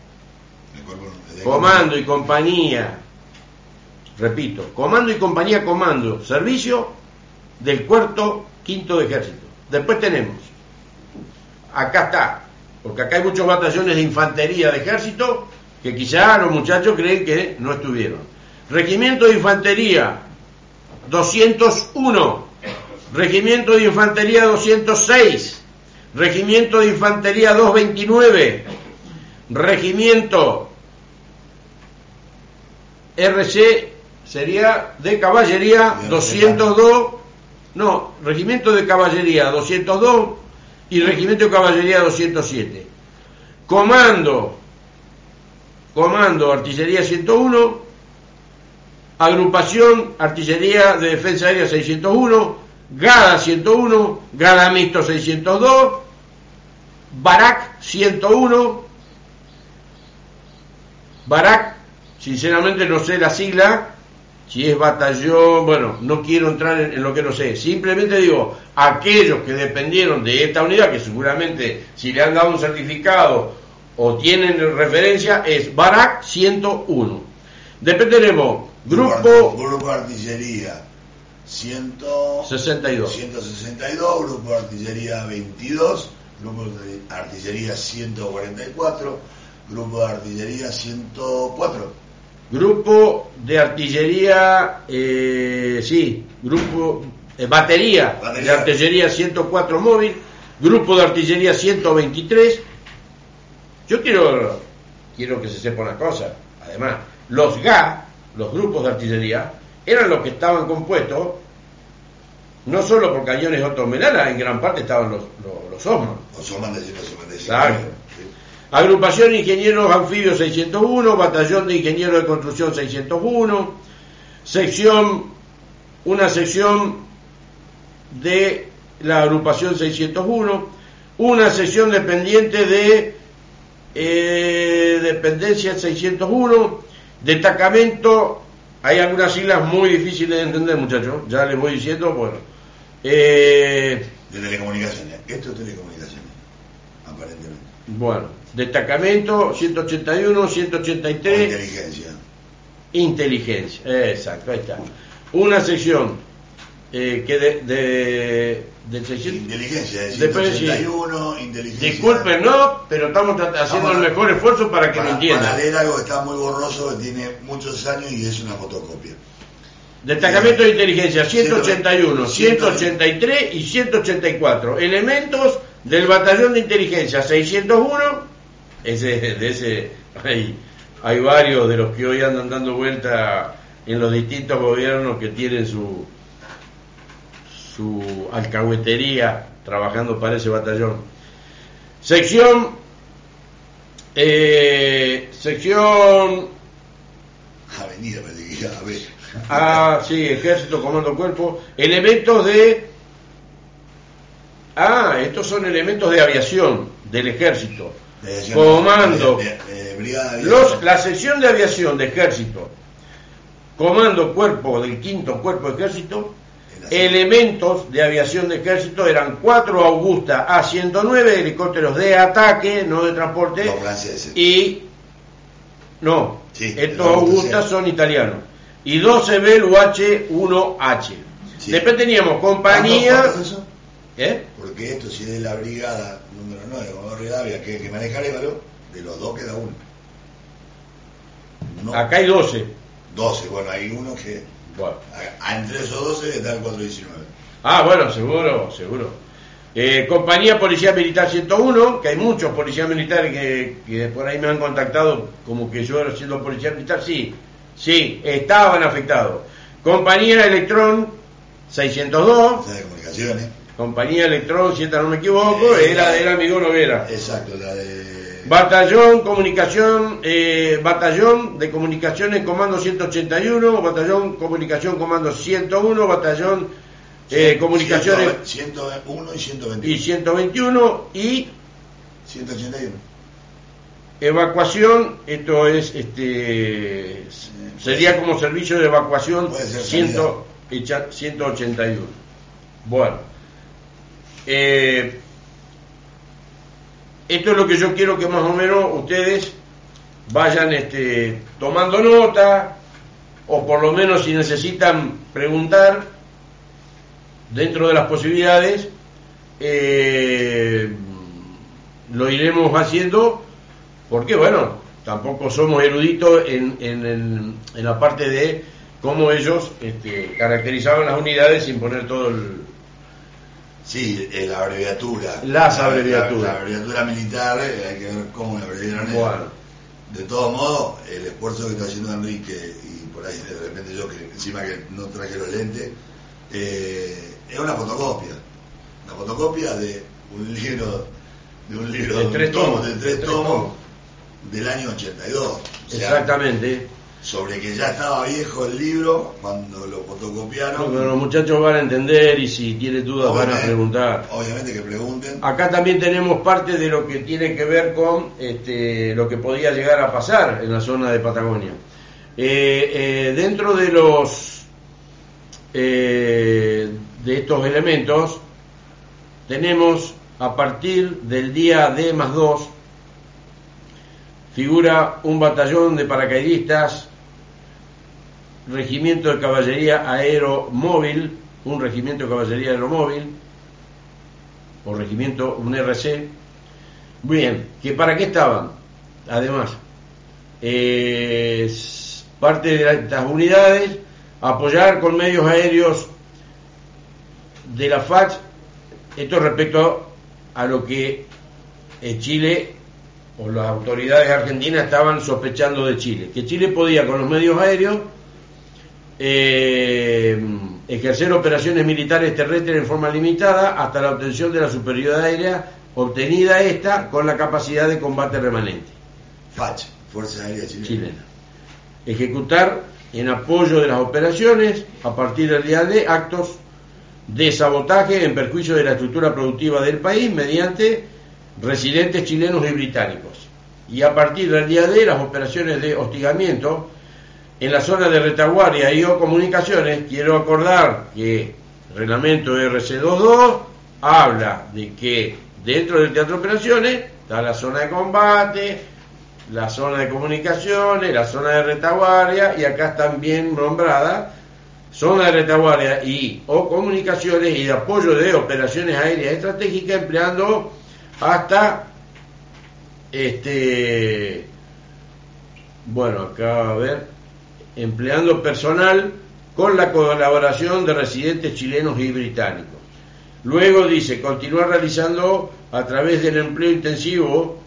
Comando y compañía, repito, comando y compañía, comando, servicio del Cuarto Quinto de Ejército. Después tenemos, acá está, porque acá hay muchos batallones de infantería de ejército que quizá los muchachos creen que no estuvieron. Regimiento de Infantería 201, Regimiento de Infantería 206, Regimiento de Infantería 229, Regimiento RC sería de Caballería 202, no, Regimiento de Caballería 202 y Regimiento de Caballería 207. Comando Artillería 101, Agrupación Artillería de Defensa Aérea 601, GADA 101, GADA Mixto 602, Barak 101, Barak, sinceramente no sé la sigla, si es batallón, bueno, no quiero entrar en lo que no sé, simplemente digo, aquellos que dependieron de esta unidad, que seguramente si le han dado un certificado o tienen referencia, es Barak 101. Después tenemos Grupo de Artillería 162, Grupo de Artillería 22, Grupo de Artillería 144, Grupo de Artillería 104. Grupo de Artillería, batería de Artillería 104 móvil, Grupo de Artillería 123. Yo quiero que se sepa una cosa, además, los GA, los grupos de artillería, eran los que estaban compuestos no solo por cañones Otto Melala, en gran parte estaban los Osman. Los Osman de Exacto. Agrupación Ingenieros Anfibios 601, Batallón de Ingenieros de Construcción 601, una sección de la agrupación 601, una sección dependiente de dependencia 601, destacamento, hay algunas siglas muy difíciles de entender, muchachos, ya les voy diciendo, bueno. De telecomunicaciones, esto es telecomunicaciones, aparentemente. Bueno, destacamento 181, 183. Inteligencia, exacto, ahí está. Una sección que del 600. Inteligencia, de 181, sí. Inteligencia. Disculpen, no, pero estamos haciendo el mejor esfuerzo para que me entiendan. Para leer algo que está muy borroso, que tiene muchos años y es una fotocopia. Destacamento de inteligencia 181, 183 y 184. Elementos del batallón de inteligencia 601. Hay varios de los que hoy andan dando vuelta en los distintos gobiernos que tienen su su alcahuetería trabajando para ese batallón. Sección Avenida Peligrina, a ver. sí, Ejército, Comando, Cuerpo, elementos de estos son elementos de aviación del Ejército, comando, la sección de aviación de Ejército, Comando, Cuerpo del Quinto Cuerpo de Ejército. Elementos de aviación de Ejército eran 4 Augusta A-109, helicópteros de ataque, no de transporte, los franceses. Y no, sí, estos Augusta son italianos, y 12 Bell UH-1H. Sí. Después teníamos compañía. ¿Cuánto es eso? Porque esto, si es de la brigada número 9, Comodoro Rivadavia, que maneja Arévalo, de los dos queda uno. No. Acá hay 12. 12, bueno, hay uno que. Bueno. Entre esos 12 está el 419. Bueno, seguro. Compañía Policía Militar 101, que hay muchos policías militares que por ahí me han contactado como que yo era siendo policía militar. Sí, estaban afectados. Compañía Electrón 602. De comunicaciones. Compañía Electrón, si esta no me equivoco, era del amigo Noguera. Exacto, la de... Batallón Comunicación, Batallón de Comunicaciones Comando 181, Batallón Comunicación Comando 101, Batallón Comunicaciones 101 y 121. Y 121 y 181. Evacuación, esto es sería como servicio de evacuación 181. Bueno, esto es lo que yo quiero que más o menos ustedes vayan tomando nota, o por lo menos si necesitan preguntar dentro de las posibilidades, lo iremos haciendo, porque bueno, tampoco somos eruditos en la parte de cómo ellos caracterizaban las unidades sin poner todo el... Sí, la abreviatura. Las abreviaturas. La abreviatura militar, hay que ver cómo la abreviaron. Bueno. De todos modos, el esfuerzo que está haciendo Enrique, y por ahí de repente yo, que encima que no traje los lentes, es una fotocopia. Una fotocopia de un libro de 3 tomos, del año 82. O sea, exactamente. Sobre que ya estaba viejo el libro cuando lo fotocopiaron. Pero los muchachos van a entender, y si tienen dudas van a preguntar. Obviamente que pregunten. Acá también tenemos parte de lo que tiene que ver con lo que podía llegar a pasar en la zona de Patagonia. Dentro de los de estos elementos tenemos, a partir del día D+2, figura un batallón de paracaidistas, regimiento de caballería aeromóvil, un regimiento de caballería aeromóvil, o regimiento, un RC. Bien, ¿que para qué estaban? Además, parte de estas unidades, apoyar con medios aéreos de la FACH, esto respecto a lo que Chile o las autoridades argentinas estaban sospechando de Chile, que Chile podía con los medios aéreos ejercer operaciones militares terrestres en forma limitada hasta la obtención de la superioridad aérea, obtenida esta con la capacidad de combate remanente. FACH, Fuerza Aérea Chilena. Ejecutar en apoyo de las operaciones, a partir del día de actos de sabotaje en perjuicio de la estructura productiva del país mediante residentes chilenos y británicos, y a partir del día de las operaciones de hostigamiento en la zona de retaguardia y o comunicaciones. Quiero acordar que el reglamento RC22 habla de que dentro del teatro de operaciones está la zona de combate, la zona de comunicaciones, la zona de retaguardia, y acá están bien nombradas: zona de retaguardia y o comunicaciones y de apoyo de operaciones aéreas estratégicas, empleando hasta bueno, acá a ver, empleando personal con la colaboración de residentes chilenos y británicos. Luego dice, continuar realizando a través del empleo intensivo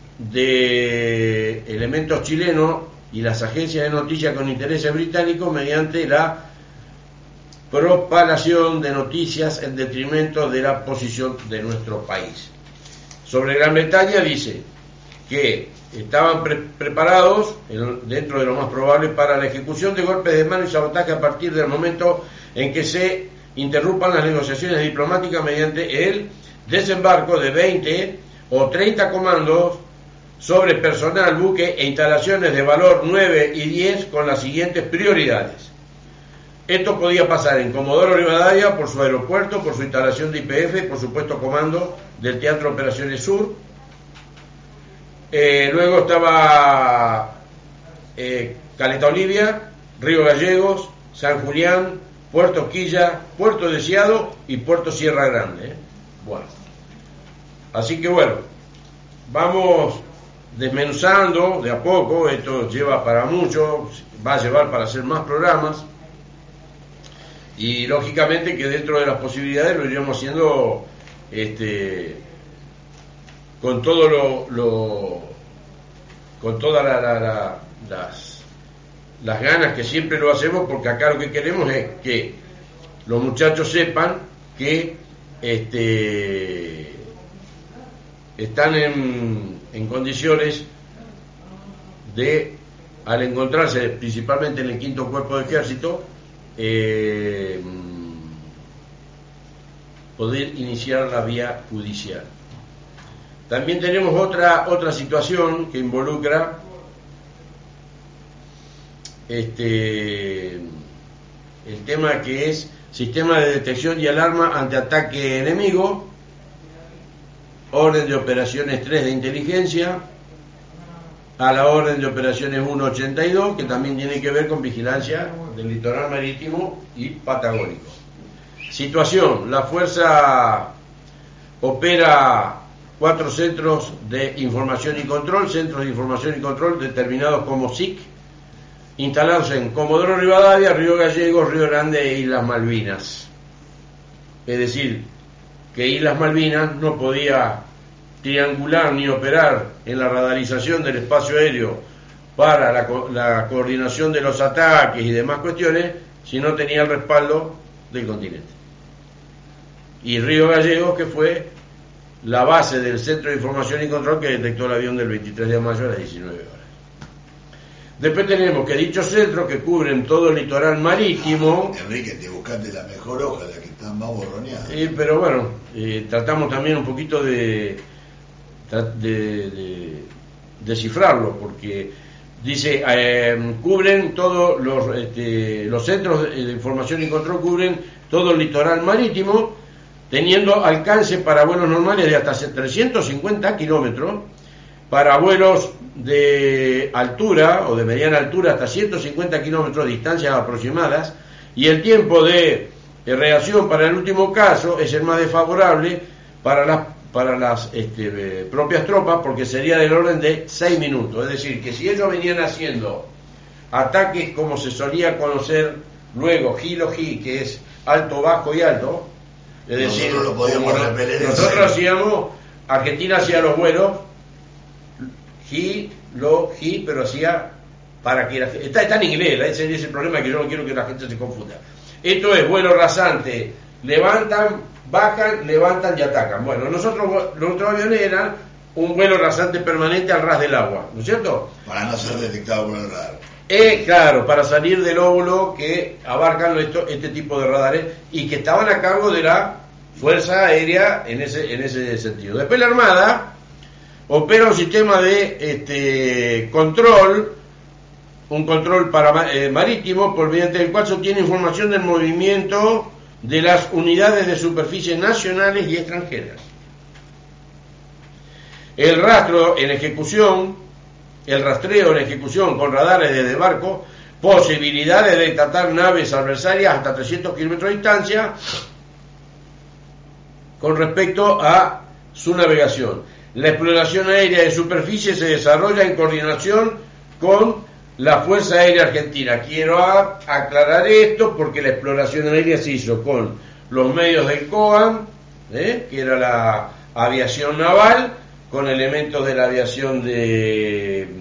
de elementos chilenos y las agencias de noticias con intereses británicos mediante la propagación de noticias en detrimento de la posición de nuestro país. Sobre Gran Bretaña dice que estaban preparados, dentro de lo más probable, para la ejecución de golpes de mano y sabotaje a partir del momento en que se interrumpan las negociaciones diplomáticas mediante el desembarco de 20 o 30 comandos sobre personal, buque e instalaciones de valor 9 y 10 con las siguientes prioridades. Esto podía pasar en Comodoro Rivadavia por su aeropuerto, por su instalación de YPF, por supuesto comando del Teatro Operaciones Sur. Luego estaba Caleta Olivia, Río Gallegos, San Julián, Puerto Quilla, Puerto Deseado y Puerto Sierra Grande. Bueno, así que bueno, vamos desmenuzando de a poco. Esto lleva para mucho, va a llevar para hacer más programas. Y lógicamente que dentro de las posibilidades lo iremos haciendo con todo con todas las ganas que siempre lo hacemos, porque acá lo que queremos es que los muchachos sepan que están en condiciones de, al encontrarse principalmente en el 5º Cuerpo de Ejército, poder iniciar la vía judicial. También tenemos otra situación que involucra el tema que es sistema de detección y alarma ante ataque enemigo, orden de operaciones 3 de inteligencia, a la orden de operaciones 182, que también tiene que ver con vigilancia del litoral marítimo y patagónico. Situación: la fuerza opera 4 centros de información y control, centros de información y control determinados como SIC, instalados en Comodoro Rivadavia, Río Gallegos, Río Grande e Islas Malvinas. Es decir, que Islas Malvinas no podía triangular ni operar en la radarización del espacio aéreo para la coordinación de los ataques y demás cuestiones si no tenía el respaldo del continente. Y Río Gallegos, que fue la base del Centro de Información y Control que detectó el avión del 23 de mayo a las 19 horas. Después tenemos que dichos centros, que cubren todo el litoral marítimo. Enrique, te buscaste la mejor hoja, la que está más borroneada. Pero bueno, tratamos también un poquito de descifrarlo, porque dice, cubren todos los centros de información y control, cubren todo el litoral marítimo, teniendo alcance para vuelos normales de hasta 350 kilómetros, para vuelos de altura o de mediana altura hasta 150 kilómetros, distancias aproximadas, y el tiempo de reacción para el último caso es el más desfavorable para las propias tropas, porque sería del orden de 6 minutos. Es decir, que si ellos venían haciendo ataques como se solía conocer luego, Gilo-Gi, que es alto, bajo y alto, es decir, nosotros lo podíamos repeler. Nosotros hacíamos, Argentina hacía los vuelos Gi, pero hacía para que está en inglés, ese es el problema, que yo no quiero que la gente se confunda. Esto es vuelo rasante, levantan, bajan, levantan y atacan. Bueno, nosotros, los otros aviones eran un vuelo rasante permanente al ras del agua, ¿no es cierto? Para no ser detectado por el radar. Claro, para salir del óvulo que abarcan este tipo de radares y que estaban a cargo de la Fuerza Aérea en ese sentido. Después la Armada opera un sistema de control, un control marítimo, por mediante el cual se obtiene información del movimiento de las unidades de superficie nacionales y extranjeras. El rastreo en ejecución con radares desde barco, posibilidades de tratar naves adversarias hasta 300 kilómetros de distancia con respecto a su navegación. La exploración aérea de superficie se desarrolla en coordinación con la Fuerza Aérea Argentina. Quiero aclarar esto porque la exploración aérea se hizo con los medios del COAM, que era la aviación naval, con elementos de la aviación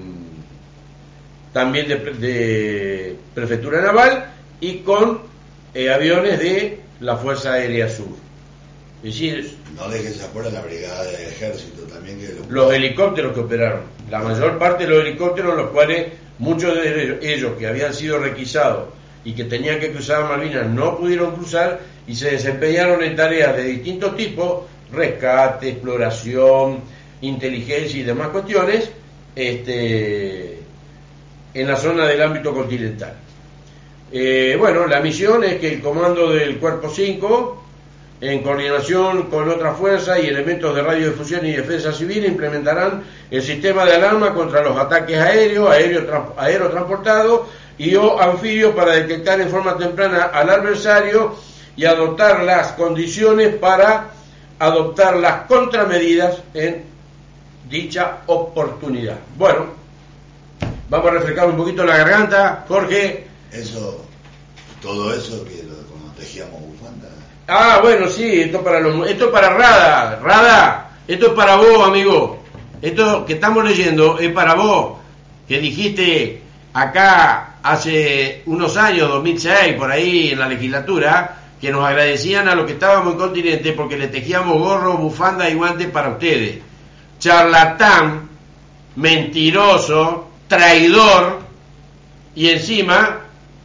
también de prefectura naval, y con aviones de la Fuerza Aérea Sur. Es decir, no dejes afuera la brigada del ejército también, que los helicópteros que operaron, la mayor parte de los helicópteros, los cuales muchos de ellos que habían sido requisados y que tenían que cruzar Malvinas no pudieron cruzar y se desempeñaron en tareas de distintos tipos: rescate, exploración, inteligencia y demás cuestiones, en la zona del ámbito continental. Bueno, la misión es que el comando del Cuerpo 5, en coordinación con otras fuerzas y elementos de radiodifusión y defensa civil, implementarán el sistema de alarma contra los ataques aéreos, aerotransportados y o anfibios para detectar en forma temprana al adversario y adoptar las condiciones para adoptar las contramedidas en dicha oportunidad. Bueno, vamos a refrescar un poquito la garganta, Jorge. Todo eso que cuando tejíamos bufanda. Ah, bueno, sí, esto es para Rada, esto es para vos, amigo. Esto que estamos leyendo es para vos, que dijiste acá hace unos años, 2006, por ahí en la legislatura, que nos agradecían a los que estábamos en continente porque le tejíamos gorros, bufandas y guantes para ustedes. Charlatán, mentiroso, traidor, y encima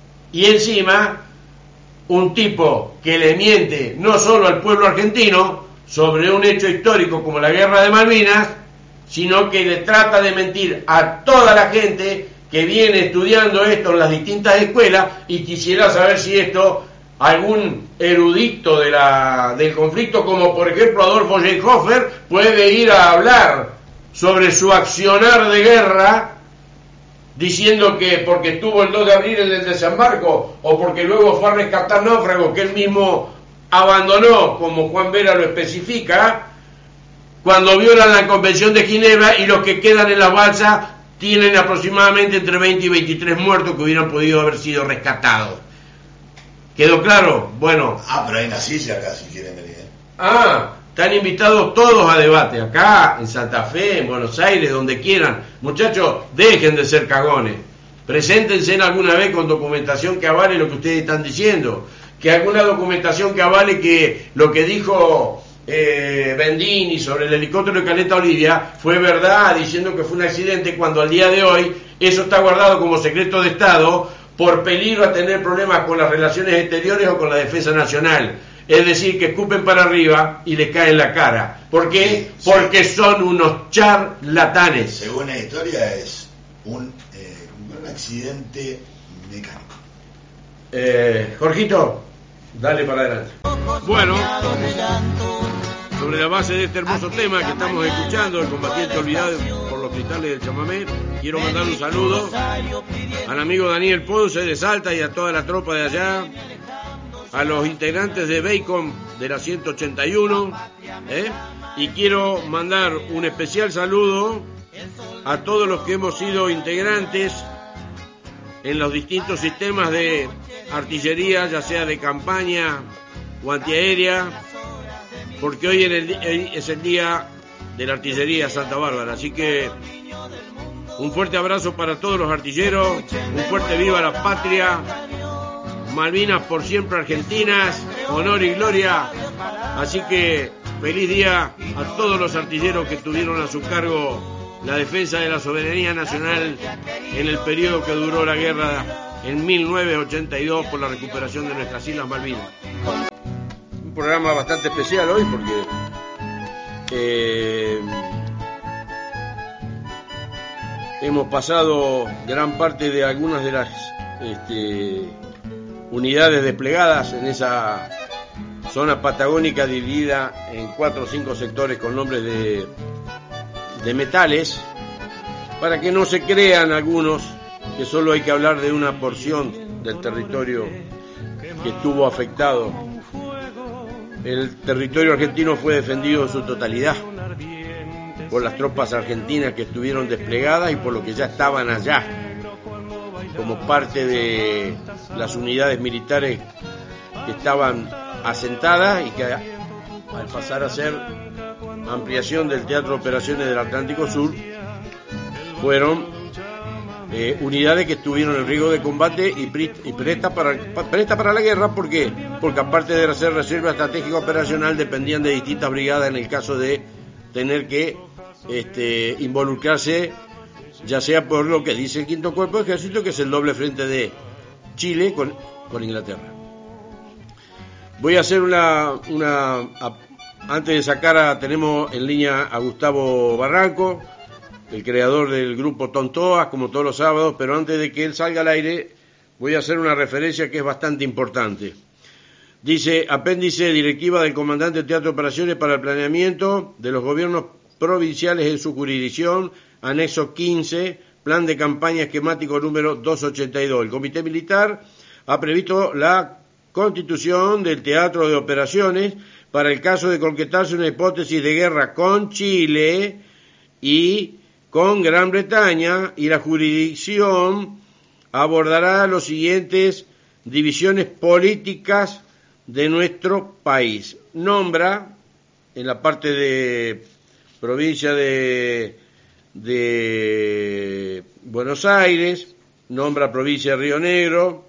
un tipo que le miente no solo al pueblo argentino sobre un hecho histórico como la Guerra de Malvinas, sino que le trata de mentir a toda la gente que viene estudiando esto en las distintas escuelas y quisiera saber si esto algún erudito del conflicto, como por ejemplo Adolfo Schleichhofer, puede ir a hablar sobre su accionar de guerra, diciendo que porque estuvo el 2 de abril en el desembarco, o porque luego fue a rescatar náufragos que él mismo abandonó, como Juan Vera lo especifica, cuando violan la Convención de Ginebra y los que quedan en la balsa tienen aproximadamente entre 20 y 23 muertos que hubieran podido haber sido rescatados. ¿Quedó claro? Bueno. Pero hay una silla acá si quieren venir. Están invitados todos a debate, acá, en Santa Fe, en Buenos Aires, donde quieran. Muchachos, dejen de ser cagones. Preséntense en alguna vez con documentación que avale lo que ustedes están diciendo. Que alguna documentación que avale que lo que dijo Bendini sobre el helicóptero de Caleta Olivia fue verdad, diciendo que fue un accidente, cuando al día de hoy eso está guardado como secreto de Estado por peligro a tener problemas con las relaciones exteriores o con la defensa nacional. Es decir, que escupen para arriba y les cae en la cara. ¿Por qué? Sí. Porque son unos charlatanes. Según la historia es un accidente mecánico. Jorgito, dale para adelante. Bueno, sobre la base de este hermoso tema que estamos escuchando, el combatiente olvidado por los cristales del chamamé, quiero mandar un saludo al amigo Daniel Ponce de Salta y a toda la tropa de allá, a los integrantes de Bacon de la 181, y quiero mandar un especial saludo a todos los que hemos sido integrantes en los distintos sistemas de artillería, ya sea de campaña o antiaérea, porque hoy es el día de la artillería Santa Bárbara. Así que un fuerte abrazo para todos los artilleros, un fuerte viva la patria, Malvinas por siempre argentinas, honor y gloria. Así que feliz día a todos los artilleros que tuvieron a su cargo la defensa de la soberanía nacional en el periodo que duró la guerra en 1982 por la recuperación de nuestras Islas Malvinas. Un programa bastante especial hoy porque hemos pasado gran parte de algunas de las unidades desplegadas en esa zona patagónica dividida en 4 o 5 sectores con nombres de metales, para que no se crean algunos que solo hay que hablar de una porción del territorio que estuvo afectado. El territorio argentino fue defendido en su totalidad por las tropas argentinas que estuvieron desplegadas y por los que ya estaban allá como parte de las unidades militares que estaban asentadas y que al pasar a ser ampliación del Teatro de Operaciones del Atlántico Sur fueron unidades que estuvieron en riesgo de combate y presta para la guerra. ¿Por qué? Porque aparte de ser reserva estratégica operacional, dependían de distintas brigadas en el caso de tener que involucrarse, ya sea por lo que dice el Quinto Cuerpo de Ejército, que es el doble frente de Chile con Inglaterra. Voy a hacer antes de sacar tenemos en línea a Gustavo Barranco, el creador del grupo Tontoa, como todos los sábados, pero antes de que él salga al aire, voy a hacer una referencia que es bastante importante. Dice, apéndice directiva del comandante del Teatro de Operaciones para el planeamiento de los gobiernos provinciales en su jurisdicción, anexo 15, plan de campaña esquemático número 282. El Comité Militar ha previsto la constitución del Teatro de Operaciones para el caso de concretarse una hipótesis de guerra con Chile y con Gran Bretaña, y la jurisdicción abordará las siguientes divisiones políticas de nuestro país. Nombra en la parte de provincia de Buenos Aires, nombra provincia de Río Negro,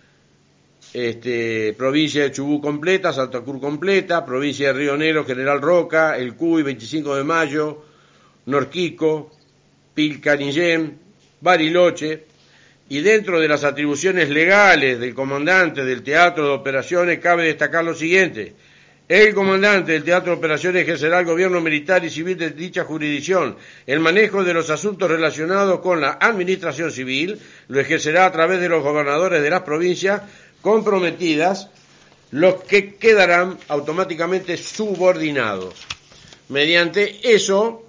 provincia de Chubut completa, Santa Cruz completa, provincia de Río Negro, General Roca, El Cuy, 25 de Mayo, Norquico, Pilcanillén, Bariloche, y dentro de las atribuciones legales del comandante del Teatro de Operaciones cabe destacar lo siguiente. El comandante del Teatro de Operaciones ejercerá el gobierno militar y civil de dicha jurisdicción. El manejo de los asuntos relacionados con la administración civil lo ejercerá a través de los gobernadores de las provincias comprometidas, los que quedarán automáticamente subordinados. Mediante eso,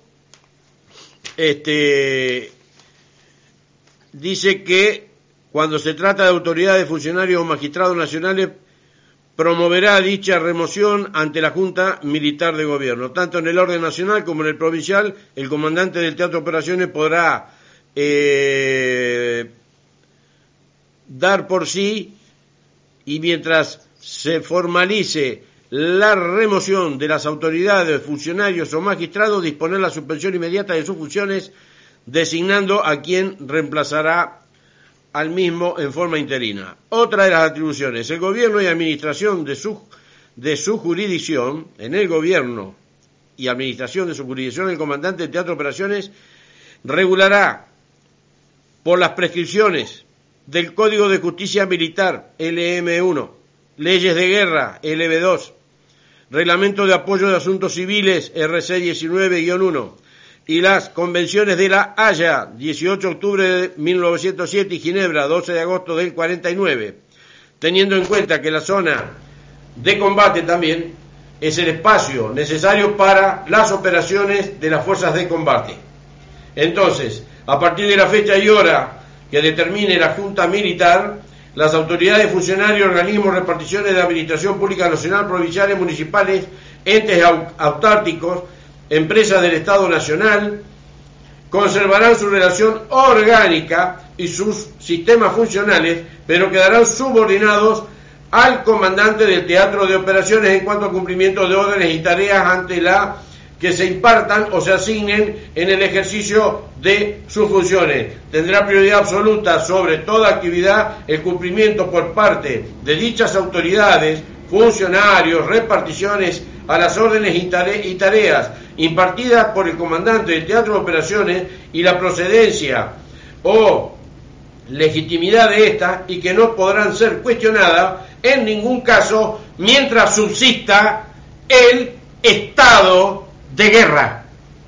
dice que cuando se trata de autoridades, funcionarios o magistrados nacionales, promoverá dicha remoción ante la Junta Militar de Gobierno. Tanto en el orden nacional como en el provincial, el comandante del Teatro de Operaciones podrá dar por sí, y mientras se formalice la remoción de las autoridades, funcionarios o magistrados, disponer la suspensión inmediata de sus funciones, designando a quien reemplazará al mismo en forma interina. Otra de las atribuciones, el gobierno y administración de su jurisdicción, en el gobierno y administración de su jurisdicción, el comandante del Teatro de Operaciones regulará por las prescripciones del Código de Justicia Militar, LM1, Leyes de Guerra, LB2, Reglamento de Apoyo de Asuntos Civiles, RC 19-1, y las convenciones de la Haya, 18 de octubre de 1907, y Ginebra, 12 de agosto del 49, teniendo en cuenta que la zona de combate también es el espacio necesario para las operaciones de las fuerzas de combate. Entonces, a partir de la fecha y hora que determine la Junta Militar, las autoridades, funcionarios, organismos, reparticiones de administración pública nacional, provinciales, municipales, entes autárquicos, empresas del Estado Nacional, conservarán su relación orgánica y sus sistemas funcionales, pero quedarán subordinados al comandante del Teatro de Operaciones en cuanto al cumplimiento de órdenes y tareas ante la que se impartan o se asignen en el ejercicio de sus funciones. Tendrá prioridad absoluta sobre toda actividad el cumplimiento por parte de dichas autoridades, funcionarios, reparticiones a las órdenes y tareas impartidas por el comandante del Teatro de Operaciones y la procedencia o legitimidad de estas, y que no podrán ser cuestionadas en ningún caso mientras subsista el estado de guerra.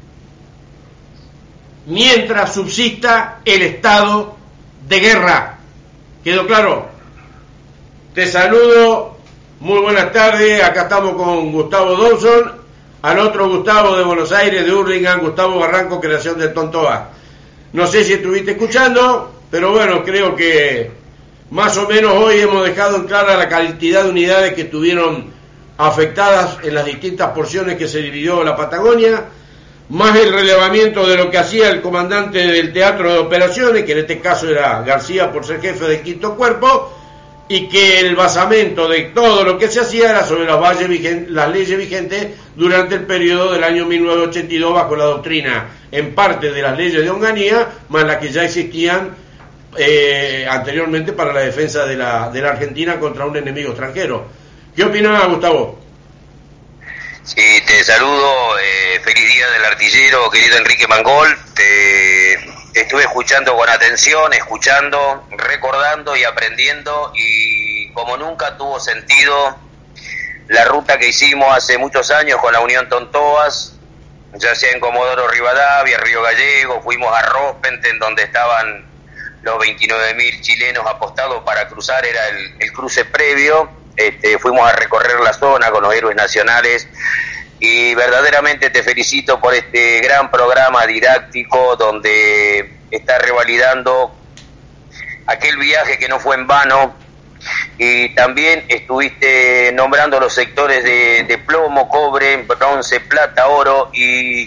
Mientras subsista el estado de guerra. ¿Quedó claro? Te saludo, muy buenas tardes, acá estamos con Gustavo Dawson, al otro Gustavo de Buenos Aires, de Hurlingham, Gustavo Barranco, creación del Tontoa. No sé si estuviste escuchando, pero bueno, creo que más o menos hoy hemos dejado en clara la cantidad de unidades que estuvieron afectadas en las distintas porciones que se dividió la Patagonia, más el relevamiento de lo que hacía el comandante del Teatro de Operaciones, que en este caso era García por ser jefe del Quinto Cuerpo, y que el basamento de todo lo que se hacía era sobre las leyes vigentes durante el periodo del año 1982 bajo la doctrina, en parte de las leyes de Onganía, más las que ya existían anteriormente para la defensa de la Argentina contra un enemigo extranjero. ¿Qué opinás, Gustavo? Sí, te saludo, feliz día del artillero, querido Enrique Mangol. Te estuve escuchando con atención, recordando y aprendiendo, y como nunca tuvo sentido la ruta que hicimos hace muchos años con la Unión Tontoas, ya sea en Comodoro Rivadavia, Río Gallego, fuimos a Rospente, en donde estaban los 29.000 chilenos apostados para cruzar, era el cruce previo. Fuimos a recorrer la zona con los héroes nacionales, y verdaderamente te felicito por este gran programa didáctico donde está revalidando aquel viaje que no fue en vano, y también estuviste nombrando los sectores de plomo, cobre, bronce, plata, oro, y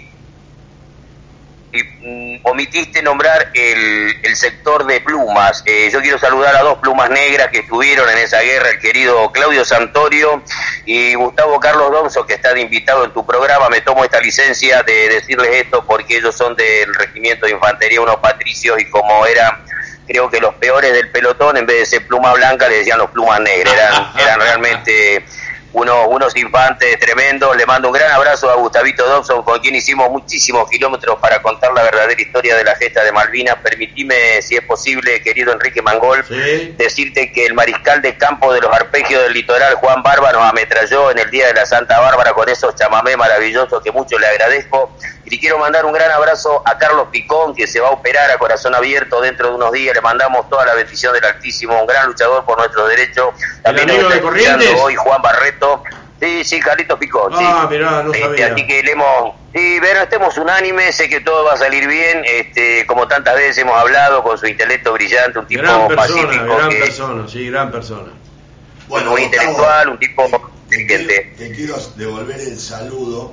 omitiste nombrar el sector de plumas. Yo quiero saludar a dos plumas negras que estuvieron en esa guerra, el querido Claudio Santorio y Gustavo Carlos Donzo, que está de invitado en tu programa. Me tomo esta licencia de decirles esto porque ellos son del Regimiento de Infantería, unos patricios, y como eran, creo que los peores del pelotón, en vez de ser pluma blanca le decían los plumas negras. Eran realmente unos infantes tremendos. Le mando un gran abrazo a Gustavito Dobson, con quien hicimos muchísimos kilómetros para contar la verdadera historia de la gesta de Malvinas. Permitime, si es posible, querido Enrique Mangol, ¿sí?, decirte que el mariscal de campo de los arpegios del litoral, Juan Barba, nos ametralló en el día de la Santa Bárbara con esos chamamés maravillosos que mucho le agradezco. Y le quiero mandar un gran abrazo a Carlos Picón, que se va a operar a corazón abierto dentro de unos días. Le mandamos toda la bendición del Altísimo, un gran luchador por nuestros derechos. También nos está escuchando hoy Juan Barreto. Sí, Carlitos Picón. Ah, sí. Mirá, no sabía. Así que estemos unánimes, sé que todo va a salir bien. Como tantas veces hemos hablado, con su intelecto brillante, un tipo pacífico. Gran persona. Bueno, muy intelectual, un tipo inteligente. Te quiero devolver el saludo.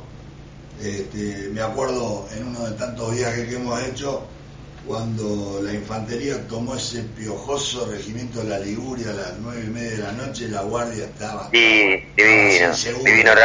Me acuerdo en uno de tantos viajes que hemos hecho, cuando la infantería tomó ese piojoso regimiento de la Liguria a las 9:30 de la noche, la guardia estaba... Sí, divino,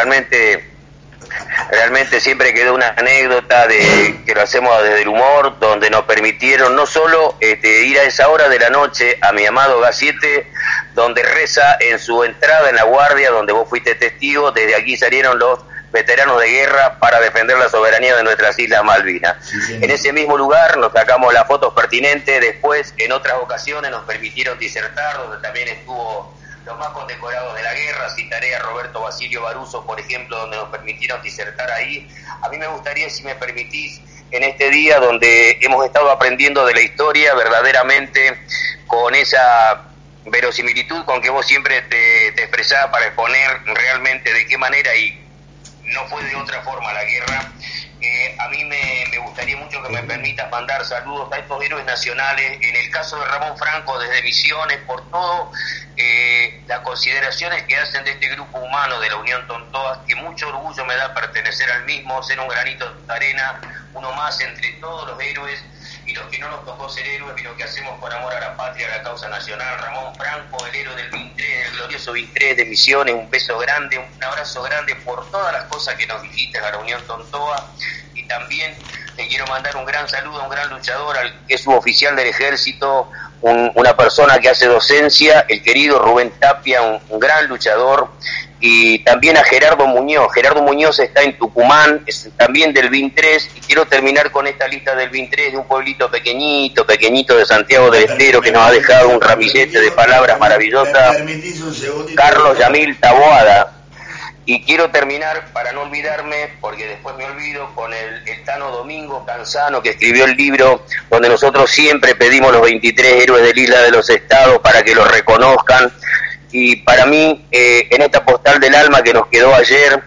realmente siempre quedó una anécdota de que lo hacemos desde el humor, donde nos permitieron no solo ir a esa hora de la noche a mi amado G7, donde reza en su entrada en la guardia, donde vos fuiste testigo. Desde aquí salieron los veteranos de guerra para defender la soberanía de nuestras Islas Malvinas. Sí, en ese mismo lugar nos sacamos las fotos pertinentes. Después, en otras ocasiones, nos permitieron disertar, donde también estuvo los más condecorados de la guerra. Citaré a Roberto Basilio Baruso, por ejemplo, donde nos permitieron disertar ahí. A mí me gustaría, si me permitís, en este día donde hemos estado aprendiendo de la historia, verdaderamente con esa verosimilitud con que vos siempre te expresás para exponer realmente de qué manera y no fue de otra forma la guerra. A mí me gustaría mucho que me permitas mandar saludos a estos héroes nacionales, en el caso de Ramón Franco desde Misiones, por todo las consideraciones que hacen de este grupo humano de la Unión Tontoas, que mucho orgullo me da pertenecer al mismo, ser un granito de arena, uno más entre todos los héroes y los que no nos tocó ser héroes, y lo que hacemos por amor a la patria, a la causa nacional. Ramón Franco, el héroe del Vintré, el glorioso Vintré de Misiones, un beso grande, un abrazo grande por todas las cosas que nos dijiste a la Unión Tontoa. Y también te quiero mandar un gran saludo a un gran luchador, que es suboficial del ejército, una persona que hace docencia, el querido Rubén Tapia, un gran luchador. Y también a Gerardo Muñoz. Gerardo Muñoz está en Tucumán, es también del VIN3, y quiero terminar con esta lista del VIN3, de un pueblito pequeñito de Santiago del Estero, que nos ha dejado un ramillete de palabras maravillosas, Carlos Yamil Taboada. Y quiero terminar, para no olvidarme, porque después me olvido, con el Tano Domingo Canzano, que escribió el libro donde nosotros siempre pedimos los 23 héroes del Isla de los Estados para que los reconozcan. Y para mí, en esta postal del alma que nos quedó ayer,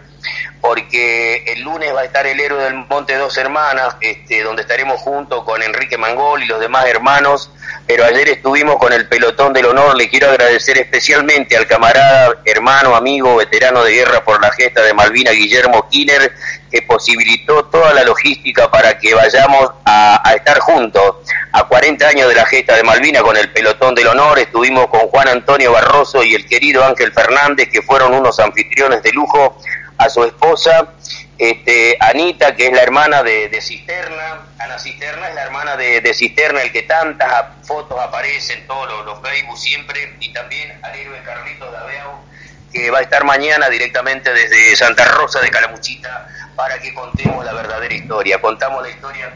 porque el lunes va a estar el héroe del Monte Dos Hermanas, donde estaremos junto con Enrique Mangol y los demás hermanos, pero ayer estuvimos con el pelotón del honor. Le quiero agradecer especialmente al camarada, hermano, amigo, veterano de guerra por la gesta de Malvinas, Guillermo Kiner, que posibilitó toda la logística para que vayamos a estar juntos. A 40 años de la gesta de Malvinas, con el pelotón del honor, estuvimos con Juan Antonio Barroso y el querido Ángel Fernández, que fueron unos anfitriones de lujo, a su esposa, Anita, que es la hermana de Cisterna. Ana Cisterna es la hermana de Cisterna, el que tantas fotos aparece en todos los Facebook siempre, y también al héroe Carlitos Dabeau, que va a estar mañana directamente desde Santa Rosa de Calamuchita para que contemos la verdadera historia. Contamos la historia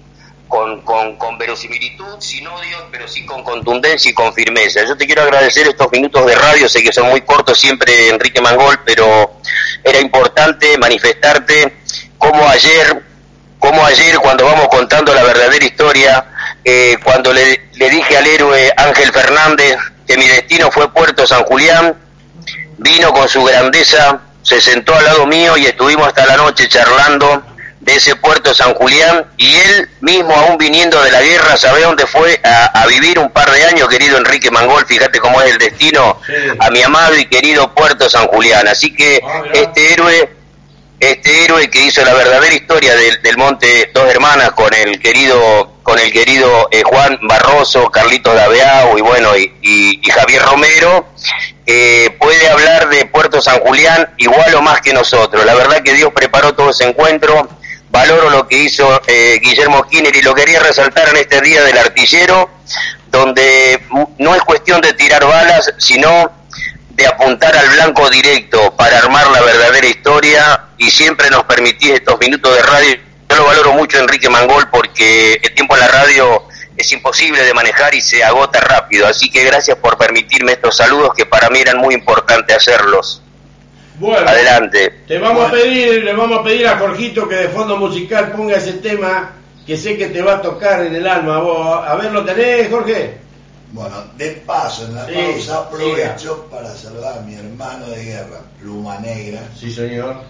con verosimilitud, sin odios, pero sí con contundencia y con firmeza. Yo te quiero agradecer estos minutos de radio, sé que son muy cortos siempre, Enrique Mangol, pero era importante manifestarte cómo ayer cuando vamos contando la verdadera historia, cuando le dije al héroe Ángel Fernández que mi destino fue Puerto San Julián, vino con su grandeza, se sentó al lado mío y estuvimos hasta la noche charlando de ese Puerto San Julián, y él mismo, aún viniendo de la guerra, ¿sabe dónde fue a vivir un par de años, querido Enrique Mangol? Fíjate cómo es el destino, sí, a mi amado y querido Puerto San Julián. Así que este héroe que hizo la verdadera historia del Monte Dos Hermanas con el querido Juan Barroso, Carlitos Dabeau y bueno, y Javier Romero, puede hablar de Puerto San Julián igual o más que nosotros. La verdad que Dios preparó todo ese encuentro. Valoro lo que hizo Guillermo Kinner, y lo quería resaltar en este día del artillero, donde no es cuestión de tirar balas, sino de apuntar al blanco directo para armar la verdadera historia, y siempre nos permitís estos minutos de radio. Yo lo valoro mucho, Enrique Mangol, porque el tiempo en la radio es imposible de manejar y se agota rápido, así que gracias por permitirme estos saludos que para mí eran muy importantes hacerlos. Bueno, adelante. Le vamos a pedir a Jorgito que de fondo musical ponga ese tema que sé que te va a tocar en el alma. ¿Vos, a ver, lo tenés, Jorge? Bueno, de paso, en la pausa aprovecho para saludar a mi hermano de guerra, Pluma Negra. Sí, señor.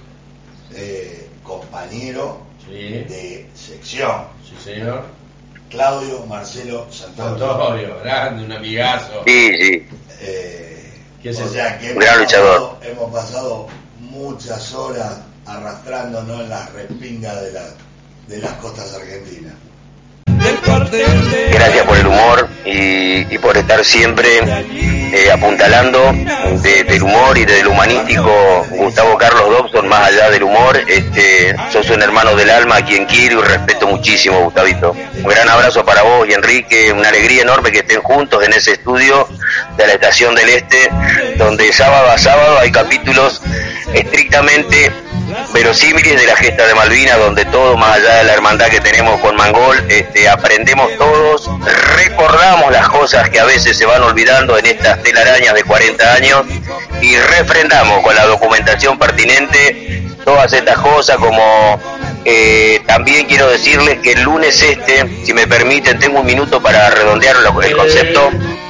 Compañero, sí, de sección. Sí, señor. Claudio Marcelo Santorio, grande, un amigazo. Sí, sí. O sea que hemos pasado muchas horas arrastrándonos en las respingas de las costas argentinas. Gracias por el humor y por estar siempre apuntalando del humor y del humanístico Gustavo Carlos Dobson, más allá del humor. Sos un hermano del alma a quien quiero y respeto muchísimo, Gustavito. Un gran abrazo para vos y Enrique, una alegría enorme que estén juntos en ese estudio de la Estación del Este, donde sábado a sábado hay capítulos estrictamente verosímiles de la gesta de Malvinas, donde todo, más allá de la hermandad que tenemos con Mangol, aprendemos todos, recordamos las cosas que a veces se van olvidando en estas telarañas de 40 años y refrendamos con la documentación pertinente todas estas cosas, como también quiero decirles que el lunes si me permiten, tengo un minuto para redondear el concepto.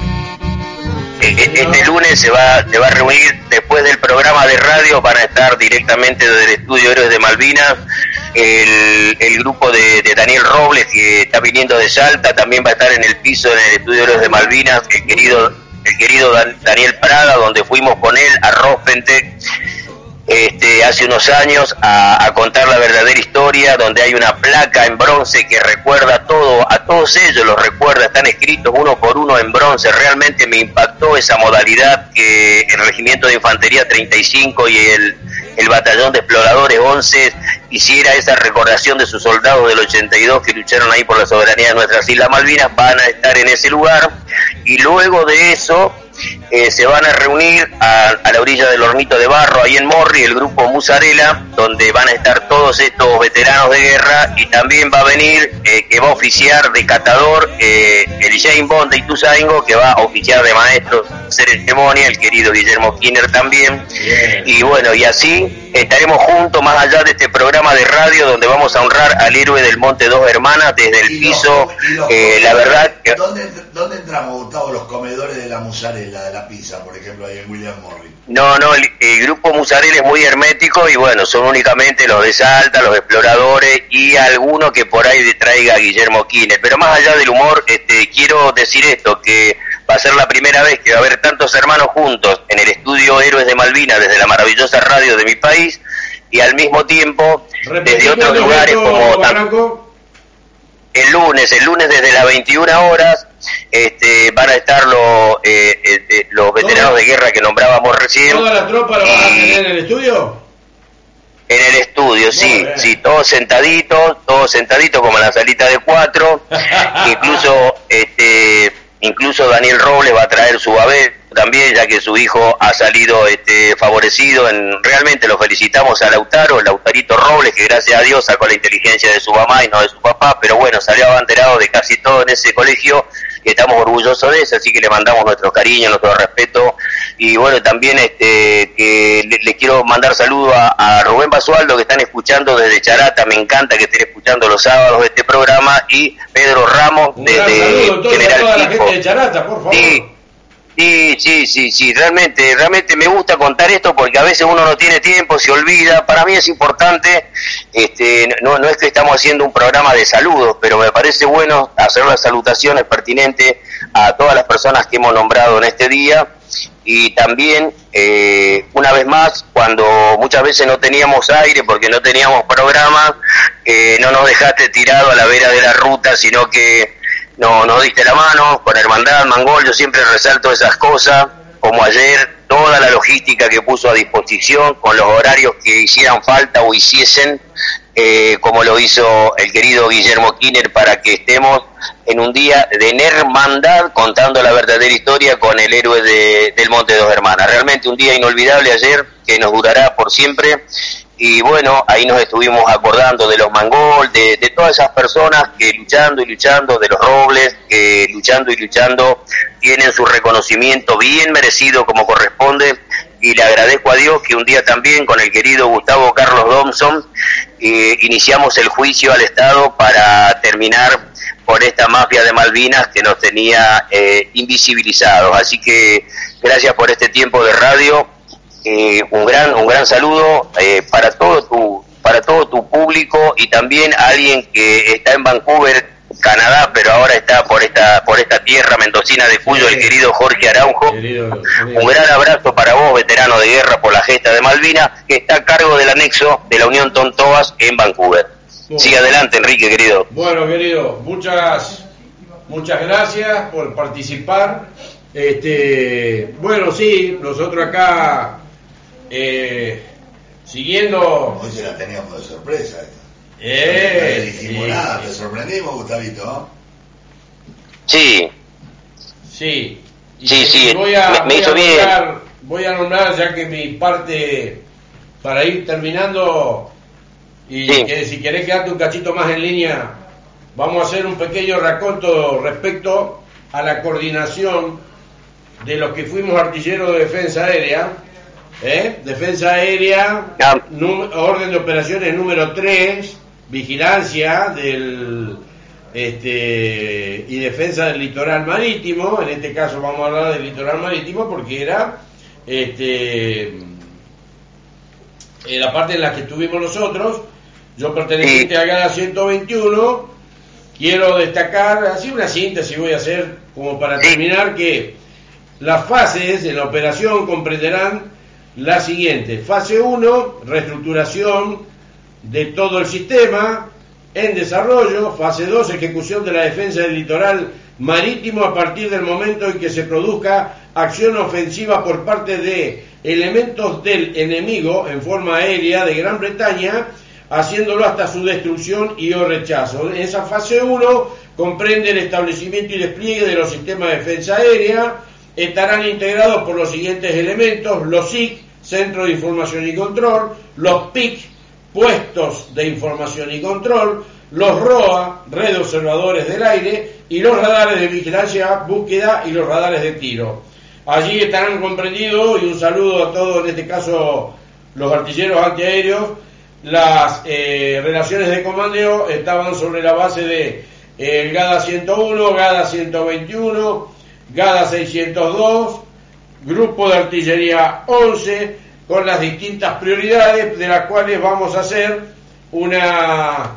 Este lunes se va a reunir, después del programa de radio, van a estar directamente desde el estudio Héroes de Malvinas, el grupo de Daniel Robles, que está viniendo de Salta, también va a estar en el piso en el estudio Héroes de Malvinas, el querido Daniel Prada, donde fuimos con él a Rospentec hace unos años a contar la verdadera historia, donde hay una placa en bronce que recuerda a todos ellos los recuerda, están escritos uno por uno en bronce. Realmente me impactó esa modalidad que el Regimiento de Infantería 35 y el Batallón de Exploradores 11 hiciera esa recordación de sus soldados del 82 que lucharon ahí por la soberanía de nuestras Islas Malvinas. Van a estar en ese lugar, y luego de eso se van a reunir a la orilla del Hornito de Barro, ahí en Morri, el grupo Musarela, donde van a estar todos estos veteranos de guerra, y también va a venir, que va a oficiar de catador, el James Bond de Ituzaingó, que va a oficiar de maestro ceremonia, el querido Guillermo Kinner también. Y bueno, y así estaremos juntos, más allá de este programa de radio, donde vamos a honrar al héroe del Monte Dos Hermanas desde el piso. La verdad que... ¿Dónde entramos, Gustavo, los comedores de la musarela, de la pizza, por ejemplo, ahí en William Morris? No, el grupo Musarela es muy hermético, y bueno, son únicamente los de Salta, los exploradores y alguno que por ahí traiga a Guillermo Kinner. Pero más allá del humor, quiero decir esto, que va a ser la primera vez que va a haber tantos hermanos juntos en el estudio Héroes de Malvinas, desde la maravillosa radio de mi país, y al mismo tiempo desde otros lugares como el lunes desde las 21 horas van a estar los veteranos de guerra que nombrábamos recién. ¿Toda la tropa la vas a tener en el estudio? En el estudio, sí, todos sentaditos como en la salita de 4. Incluso Daniel Robles va a traer su babé también, ya que su hijo ha salido favorecido. Realmente lo felicitamos a Lautaro, Lautarito Robles, que gracias a Dios sacó la inteligencia de su mamá y no de su papá, pero bueno, salió abanderado de casi todo en ese colegio, que estamos orgullosos de eso, así que le mandamos nuestro cariño, nuestro respeto. Y bueno, también que le quiero mandar saludos a Rubén Basualdo, que están escuchando desde Charata. Me encanta que estén escuchando los sábados este programa, y Pedro Ramos desde General Pico. La gente de Charata, por favor. Sí, realmente me gusta contar esto, porque a veces uno no tiene tiempo, se olvida. Para mí es importante, no es que estamos haciendo un programa de saludos, pero me parece bueno hacer las salutaciones pertinentes a todas las personas que hemos nombrado en este día. Y también, una vez más, cuando muchas veces no teníamos aire porque no teníamos programa, no nos dejaste tirado a la vera de la ruta, sino que nos diste la mano con Hermandad Mangol. Yo siempre resalto esas cosas, como ayer, toda la logística que puso a disposición, con los horarios que hicieran falta o hiciesen, como lo hizo el querido Guillermo Kiner, para que estemos en un día de hermandad contando la verdadera historia con el héroe del Monte de Dos Hermanas. Realmente un día inolvidable ayer, que nos durará por siempre. Y bueno, ahí nos estuvimos acordando de los Mangol, de todas esas personas que luchando y luchando, de los Robles, que luchando y luchando tienen su reconocimiento bien merecido como corresponde. Y le agradezco a Dios que un día también con el querido Gustavo Carlos Thompson iniciamos el juicio al Estado para terminar con esta mafia de Malvinas que nos tenía invisibilizados. Así que gracias por este tiempo de radio. Un gran saludo para todo tu público, y también a alguien que está en Vancouver, Canadá, pero ahora está por esta tierra mendocina de Cuyo, el querido Jorge Araujo. Un gran abrazo para vos, veterano de guerra por la gesta de Malvinas, que está a cargo del anexo de la Unión Tontoas en Vancouver. Sigue adelante, Enrique, querido. Bueno, querido, muchas gracias por participar. Bueno, sí, nosotros acá siguiendo. Hoy se la teníamos de sorpresa esta. No le dijimos nada, te sorprendimos, Gustavito. Sí. Sí. Sí, voy a nombrar, ya que mi parte, para ir terminando, y sí, que si querés quedarte un cachito más en línea, vamos a hacer un pequeño raconto respecto a la coordinación de los que fuimos artilleros de defensa aérea. Defensa aérea, orden de operaciones número 3, vigilancia y defensa del litoral marítimo. En este caso vamos a hablar del litoral marítimo porque era la parte en la que estuvimos nosotros. Yo perteneciente a Gada 121. Quiero destacar, así una síntesis voy a hacer como para terminar, que las fases de la operación comprenderán la siguiente: fase 1, reestructuración de todo el sistema en desarrollo; fase 2, ejecución de la defensa del litoral marítimo a partir del momento en que se produzca acción ofensiva por parte de elementos del enemigo en forma aérea de Gran Bretaña, haciéndolo hasta su destrucción y o rechazo. Esa fase 1 comprende el establecimiento y despliegue de los sistemas de defensa aérea. Estarán integrados por los siguientes elementos: los SIC, Centro de Información y Control; los PIC, Puestos de Información y Control; los ROA, Red de Observadores del Aire; y los radares de vigilancia, búsqueda y los radares de tiro. Allí estarán comprendidos, y un saludo a todos, en este caso los artilleros antiaéreos. Las relaciones de comando estaban sobre la base de GADA 101, GADA 121, GADA 602, Grupo de Artillería 11, con las distintas prioridades, de las cuales vamos a hacer una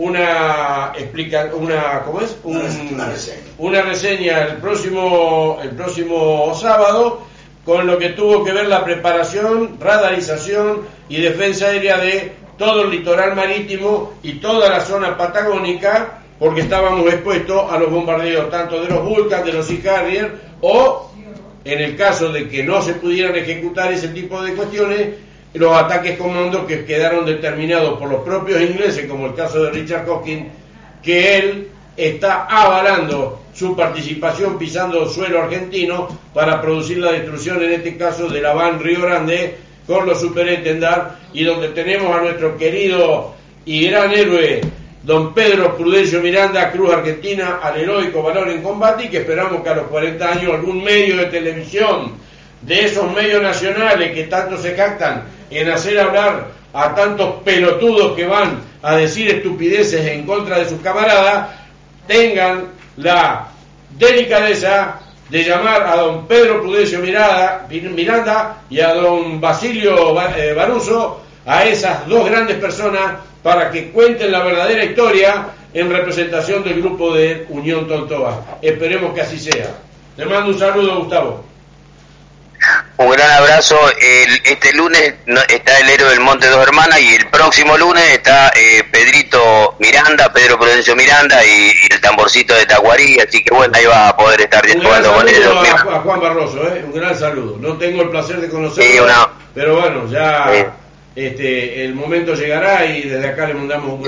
reseña el próximo sábado, con lo que tuvo que ver la preparación, radarización y defensa aérea de todo el litoral marítimo y toda la zona patagónica, porque estábamos expuestos a los bombardeos tanto de los Vulcan, de los Sea Harrier, o en el caso de que no se pudieran ejecutar ese tipo de cuestiones, los ataques comando que quedaron determinados por los propios ingleses, como el caso de Richard Hawkins, que él está avalando su participación pisando suelo argentino para producir la destrucción, en este caso, de la van Río Grande con los superintendar, y donde tenemos a nuestro querido y gran héroe don Pedro Prudencio Miranda, Cruz Argentina al heroico valor en combate, y que esperamos que a los 40 años algún medio de televisión, de esos medios nacionales que tanto se jactan en hacer hablar a tantos pelotudos que van a decir estupideces en contra de sus camaradas, tengan la delicadeza de llamar a don Pedro Prudencio Miranda y a don Basilio Baruso, a esas dos grandes personas, para que cuenten la verdadera historia en representación del grupo de Unión Tontoa. Esperemos que así sea. Te mando un saludo, Gustavo. Un gran abrazo. Este lunes está el héroe del Monte Dos Hermanas, y el próximo lunes está Pedro Prudencio Miranda y el tamborcito de Tacuarí, así que bueno, ahí va a poder estar jugando con ellos. A Juan Barroso, un gran saludo. No tengo el placer de conocerlo, pero bueno, ya el momento llegará y desde acá le mandamos un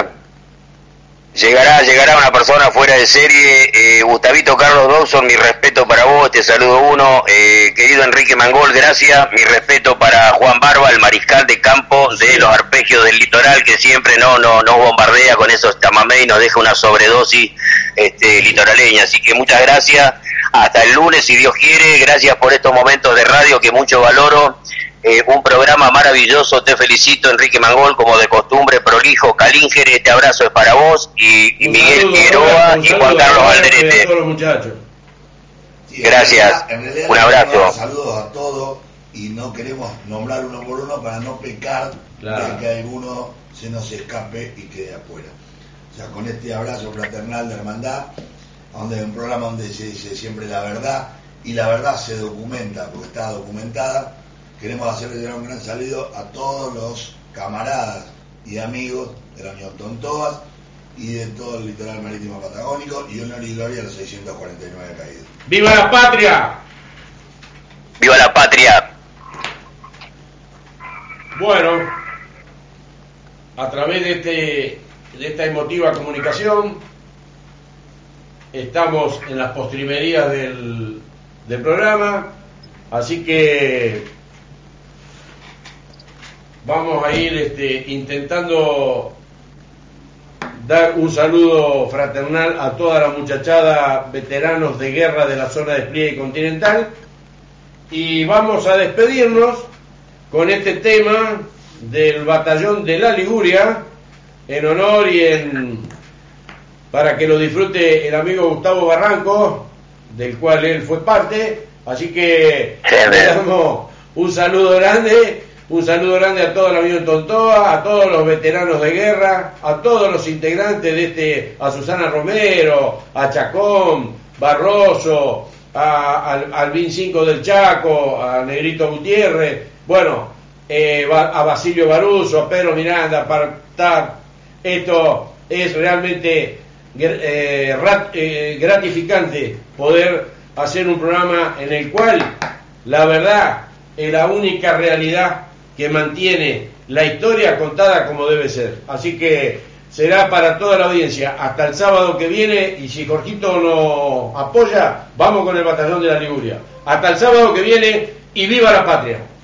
Llegará una persona fuera de serie. Gustavito Carlos Dawson, mi respeto para vos, te saludo uno. Querido Enrique Mangol, gracias. Mi respeto para Juan Barba, el mariscal de campo de los arpegios del litoral, que siempre nos bombardea con esos tamamé y nos deja una sobredosis litoraleña. Así que muchas gracias. Hasta el lunes, si Dios quiere. Gracias por estos momentos de radio que mucho valoro. Un programa maravilloso, te felicito, Enrique Mangol, como de costumbre, prolijo, Calínger, este abrazo es para vos, y Miguel Figueroa y Juan Carlos Alderete. Sí, gracias, en realidad, un abrazo. Saludos a todos, y no queremos nombrar uno por uno para no pecar de que alguno se nos escape y quede afuera. O sea, con este abrazo fraternal de hermandad, donde es un programa donde se dice siempre la verdad, y la verdad se documenta, porque está documentada. Queremos hacerle llegar un gran saludo a todos los camaradas y amigos de la Unión Tontoas y de todo el litoral marítimo patagónico, y honor y gloria a los 649 caídos. ¡Viva la patria! ¡Viva la patria! Bueno, a través de esta emotiva comunicación, estamos en las postrimerías del programa, así que vamos a ir intentando dar un saludo fraternal a toda la muchachada veteranos de guerra de la zona de despliegue continental, y vamos a despedirnos con este tema del batallón de la Liguria, en honor y para que lo disfrute el amigo Gustavo Barranco, del cual él fue parte. Así que le damos un saludo grande a toda la Unión Tontoa, a todos los veteranos de guerra, a todos los integrantes a Susana Romero, a Chacón, Barroso, al BIN 5 del Chaco, a Negrito Gutiérrez, bueno, a Basilio Baruso, a Pedro Miranda, esto es realmente gratificante poder hacer un programa en el cual la verdad es la única realidad que mantiene la historia contada como debe ser. Así que será para toda la audiencia hasta el sábado que viene, y si Jorgito nos apoya, vamos con el batallón de la Liguria. Hasta el sábado que viene, y viva la patria.